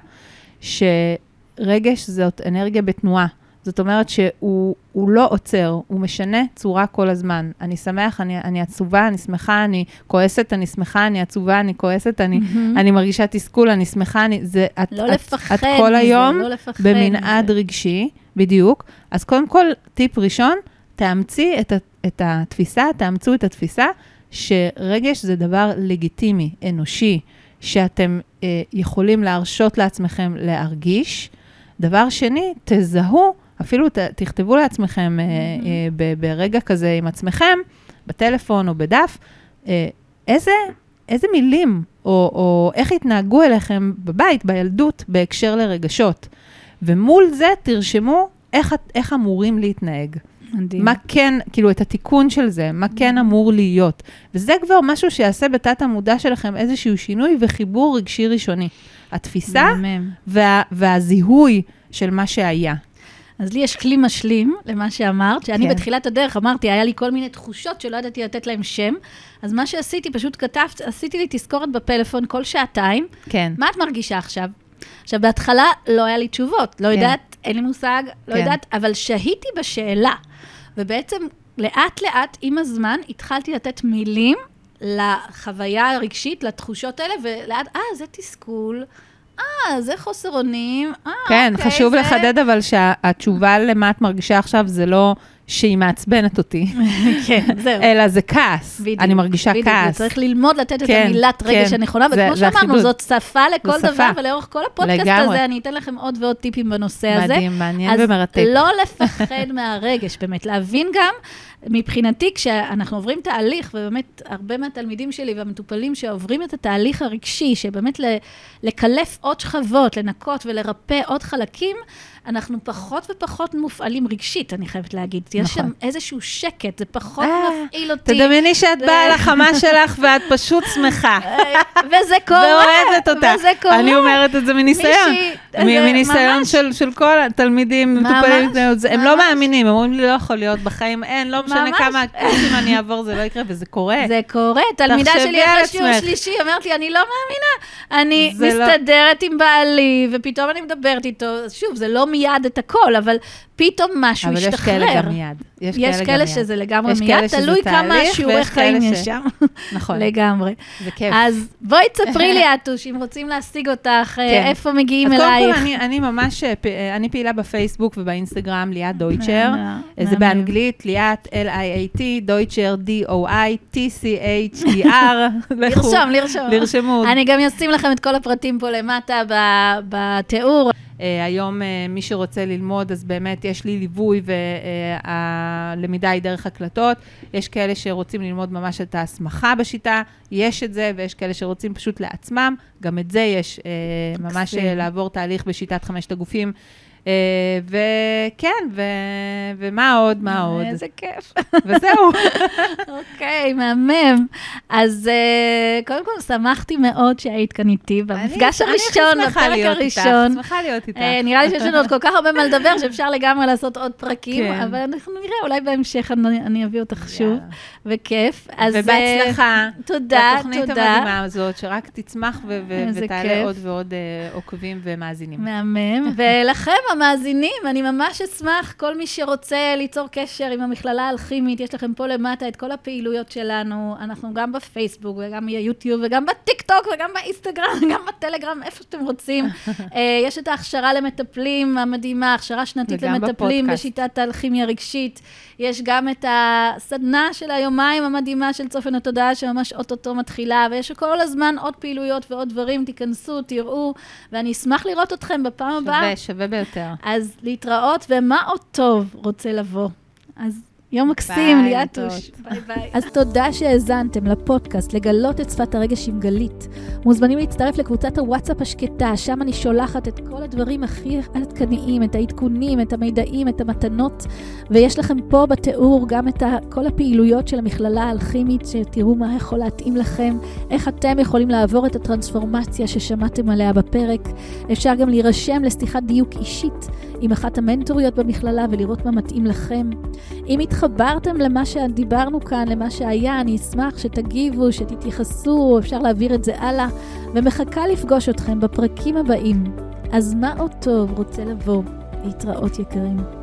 [SPEAKER 2] שרגש זאת אנרגיה בתנועה, זאת אומרת שהוא לא עוצר, הוא משנה צורה כל הזמן. אני שמח, אני עצובה, אני שמחה, אני כועסת, אני שמחה, אני עצובה, אני כועסת, אני מרגישה תסכול, אני שמחה,
[SPEAKER 1] לא לפחד
[SPEAKER 2] את כל היום במנעד רגשי, בדיוק. אז קודם כל, טיפ ראשון, תאמצי את התפיסה, תאמצו את התפיסה, שרגש זה דבר לגיטימי, אנושי, שאתם יכולים להרשות לעצמכם להרגיש. דבר שני, תזהו, אפילו תכתבו לעצמכם ברגע כזה עם עצמכם, בטלפון או בדף, איזה מילים או איך התנהגו אליכם בבית, בילדות, בהקשר לרגשות. ומול זה תרשמו איך אמורים להתנהג. מה כן, כאילו את התיקון של זה, מה כן אמור להיות. וזה כבר משהו שיעשה בתת המודע שלכם איזשהו שינוי וחיבור רגשי ראשוני. התפיסה והזיהוי של מה שהיה.
[SPEAKER 1] אז לי יש כלי משלים למה שאמרת, שאני בתחילת הדרך אמרתי, היה לי כל מיני תחושות שלא ידעתי לתת להם שם, אז מה שעשיתי, פשוט כתבת, עשיתי לי תזכורת בפלאפון כל שעתיים, מה את מרגישה עכשיו? עכשיו, בהתחלה לא היה לי תשובות, לא יודעת, אין לי מושג, לא יודעת, אבל שהיתי בשאלה, ובעצם לאט לאט עם הזמן התחלתי לתת מילים לחוויה הרגשית, לתחושות האלה, ולאט, זה תסכול, זה חוסר אונים.
[SPEAKER 2] כן, חשוב לחדד אבל שהתשובה למה את מרגישה עכשיו זה לא שהיא מעצבנת אותי.
[SPEAKER 1] כן, זהו.
[SPEAKER 2] אלא זה כעס. אני מרגישה כעס.
[SPEAKER 1] צריך ללמוד לתת את המילת רגש הנכונה, וכמו שאמרנו, זאת שפה לכל דבר, ולאורך כל הפודקאסט הזה, אני אתן לכם עוד ועוד טיפים בנושא הזה.
[SPEAKER 2] מדהים, מעניין ומרתק.
[SPEAKER 1] אז לא לפחד מהרגש, באמת, להבין גם, מבחינתי, כשאנחנו עוברים תהליך, ובאמת הרבה מהתלמידים שלי והמטופלים שעוברים את התהליך הרגשי, שבאמת לקלף עוד שכבות, לנקות ולרפא עוד חלקים, אנחנו פחות ופחות מופעלים רגשית, אני חייבת להגיד. יש שם איזשהו שקט, זה פחות מפעיל אותי.
[SPEAKER 2] תדמייני שאת באה לחמה שלך ואת פשוט שמחה.
[SPEAKER 1] וזה קורה.
[SPEAKER 2] ואוהבת אותה.
[SPEAKER 1] וזה קורה.
[SPEAKER 2] אני אומרת את זה מניסיון. מניסיון של כל התלמידים, מטופלים, הם לא מאמינים, הם אומרים לי לא יכול להיות בחיים, אין, לא משנה כמה קורסים אני אעבור, זה לא יקרה, וזה קורה.
[SPEAKER 1] זה קורה. תלמידה שלי אחרי שיעור שלישי, אומרת לי, אני לא מאמינה. אני מסתדרת עם בעלי, ופתאום אני מדברת איתו. שוב, זה לא מיד את הכל, אבל פתאום משהו ישתחרר.
[SPEAKER 2] אבל יש כאלה גם מיד.
[SPEAKER 1] יש כאלה שזה לגמרי מיד, תלוי כמה שיעורי חיים יש שם.
[SPEAKER 2] נכון.
[SPEAKER 1] לגמרי.
[SPEAKER 2] זה כיף.
[SPEAKER 1] אז בואי תספרי לי, אטוש, אם רוצים להשיג אותך, איפה מגיעים אלייך.
[SPEAKER 2] אז קודם כל, אני ממש, אני פעילה בפייסבוק ובאינסטגרם, ליאת דויטשר. זה באנגלית, ליאת, L-I-A-T, דויטשר, D-O-I-T-C-H-E-R.
[SPEAKER 1] לרשמו. אני גם אשים לכם את כל הפרטים פה למטה בתיאור.
[SPEAKER 2] היום מי שרוצה ללמוד, אז באמת יש לי ליווי והלמידה היא דרך הקלטות. יש כאלה שרוצים ללמוד ממש את ההסמכה בשיטה, יש את זה, ויש כאלה שרוצים פשוט לעצמם, גם את זה יש ממש לעבור תהליך בשיטת 5 הגופים. וכן, ומה עוד, מה עוד?
[SPEAKER 1] איזה כיף.
[SPEAKER 2] וזהו.
[SPEAKER 1] אוקיי, מהמם. אז קודם כל, שמחתי מאוד שהיית כאן איתי, במפגש הראשון, בפרק הראשון.
[SPEAKER 2] אני שמחה להיות איתך.
[SPEAKER 1] נראה לי שיש לנו עוד כל כך הרבה מה לדבר, שאפשר לגמרי לעשות עוד פרקים, אבל אנחנו נראה, אולי בהמשך אני אביא אותך שוב, וכיף.
[SPEAKER 2] ובהצלחה.
[SPEAKER 1] תודה,
[SPEAKER 2] לתוכנית המדהימה הזאת, שרק תצמח ותעלה עוד ועוד עוקבים ומאזינים.
[SPEAKER 1] מהמם. ולכם, המאזינים, אני ממש אשמח, כל מי שרוצה ליצור קשר עם המכללה האלכימית, יש לכם פה למטה את כל הפעילויות שלנו, אנחנו גם בפייסבוק וגם ביוטיוב וגם בטיק טוק וגם באינסטגרם וגם בטלגרם, איפה שאתם רוצים. יש את ההכשרה למטפלים המדהימה, הכשרה שנתית למטפלים בשיטת האלכימיה רגשית. יש גם את הסדנה של היומיים המדהימה של צופן התודעה, שממש אוטוטו מתחילה, ויש כל הזמן עוד פעילויות ועוד דברים, תיכנסו, תראו, ואני אשמח לראות אתכם בפעם הבאה.
[SPEAKER 2] שווה ביותר.
[SPEAKER 1] אז להתראות, ומה עוד טוב רוצה לבוא. אז יום מקסים, ליאטוש. ביי ביי. אז תודה שהאזנתם לפודקאסט, לגלות את שפת הרגש עם גלית. מוזמנים להצטרף לקבוצת הוואטסאפ השקטה, שם אני שולחת את כל הדברים הכי עדכניים, את העדכונים, את המידעים, את המתנות, ויש לכם פה בתיאור גם את כל הפעילויות של המכללה האלכימית, שתראו מה יכול להתאים לכם, איך אתם יכולים לעבור את הטרנספורמציה ששמעתם עליה בפרק. אפשר גם להירשם לשיחת דיוק אישית עם אחת המנטוריות במכללה ולראות מה מתאים לכם. אם התחברתם למה שדיברנו כאן, למה שהיה, אני אשמח שתגיבו, שתתייחסו, אפשר להעביר את זה הלאה, ומחכה לפגוש אתכם בפרקים הבאים. אז מה עוד טוב רוצה לבוא? להתראות יקרים.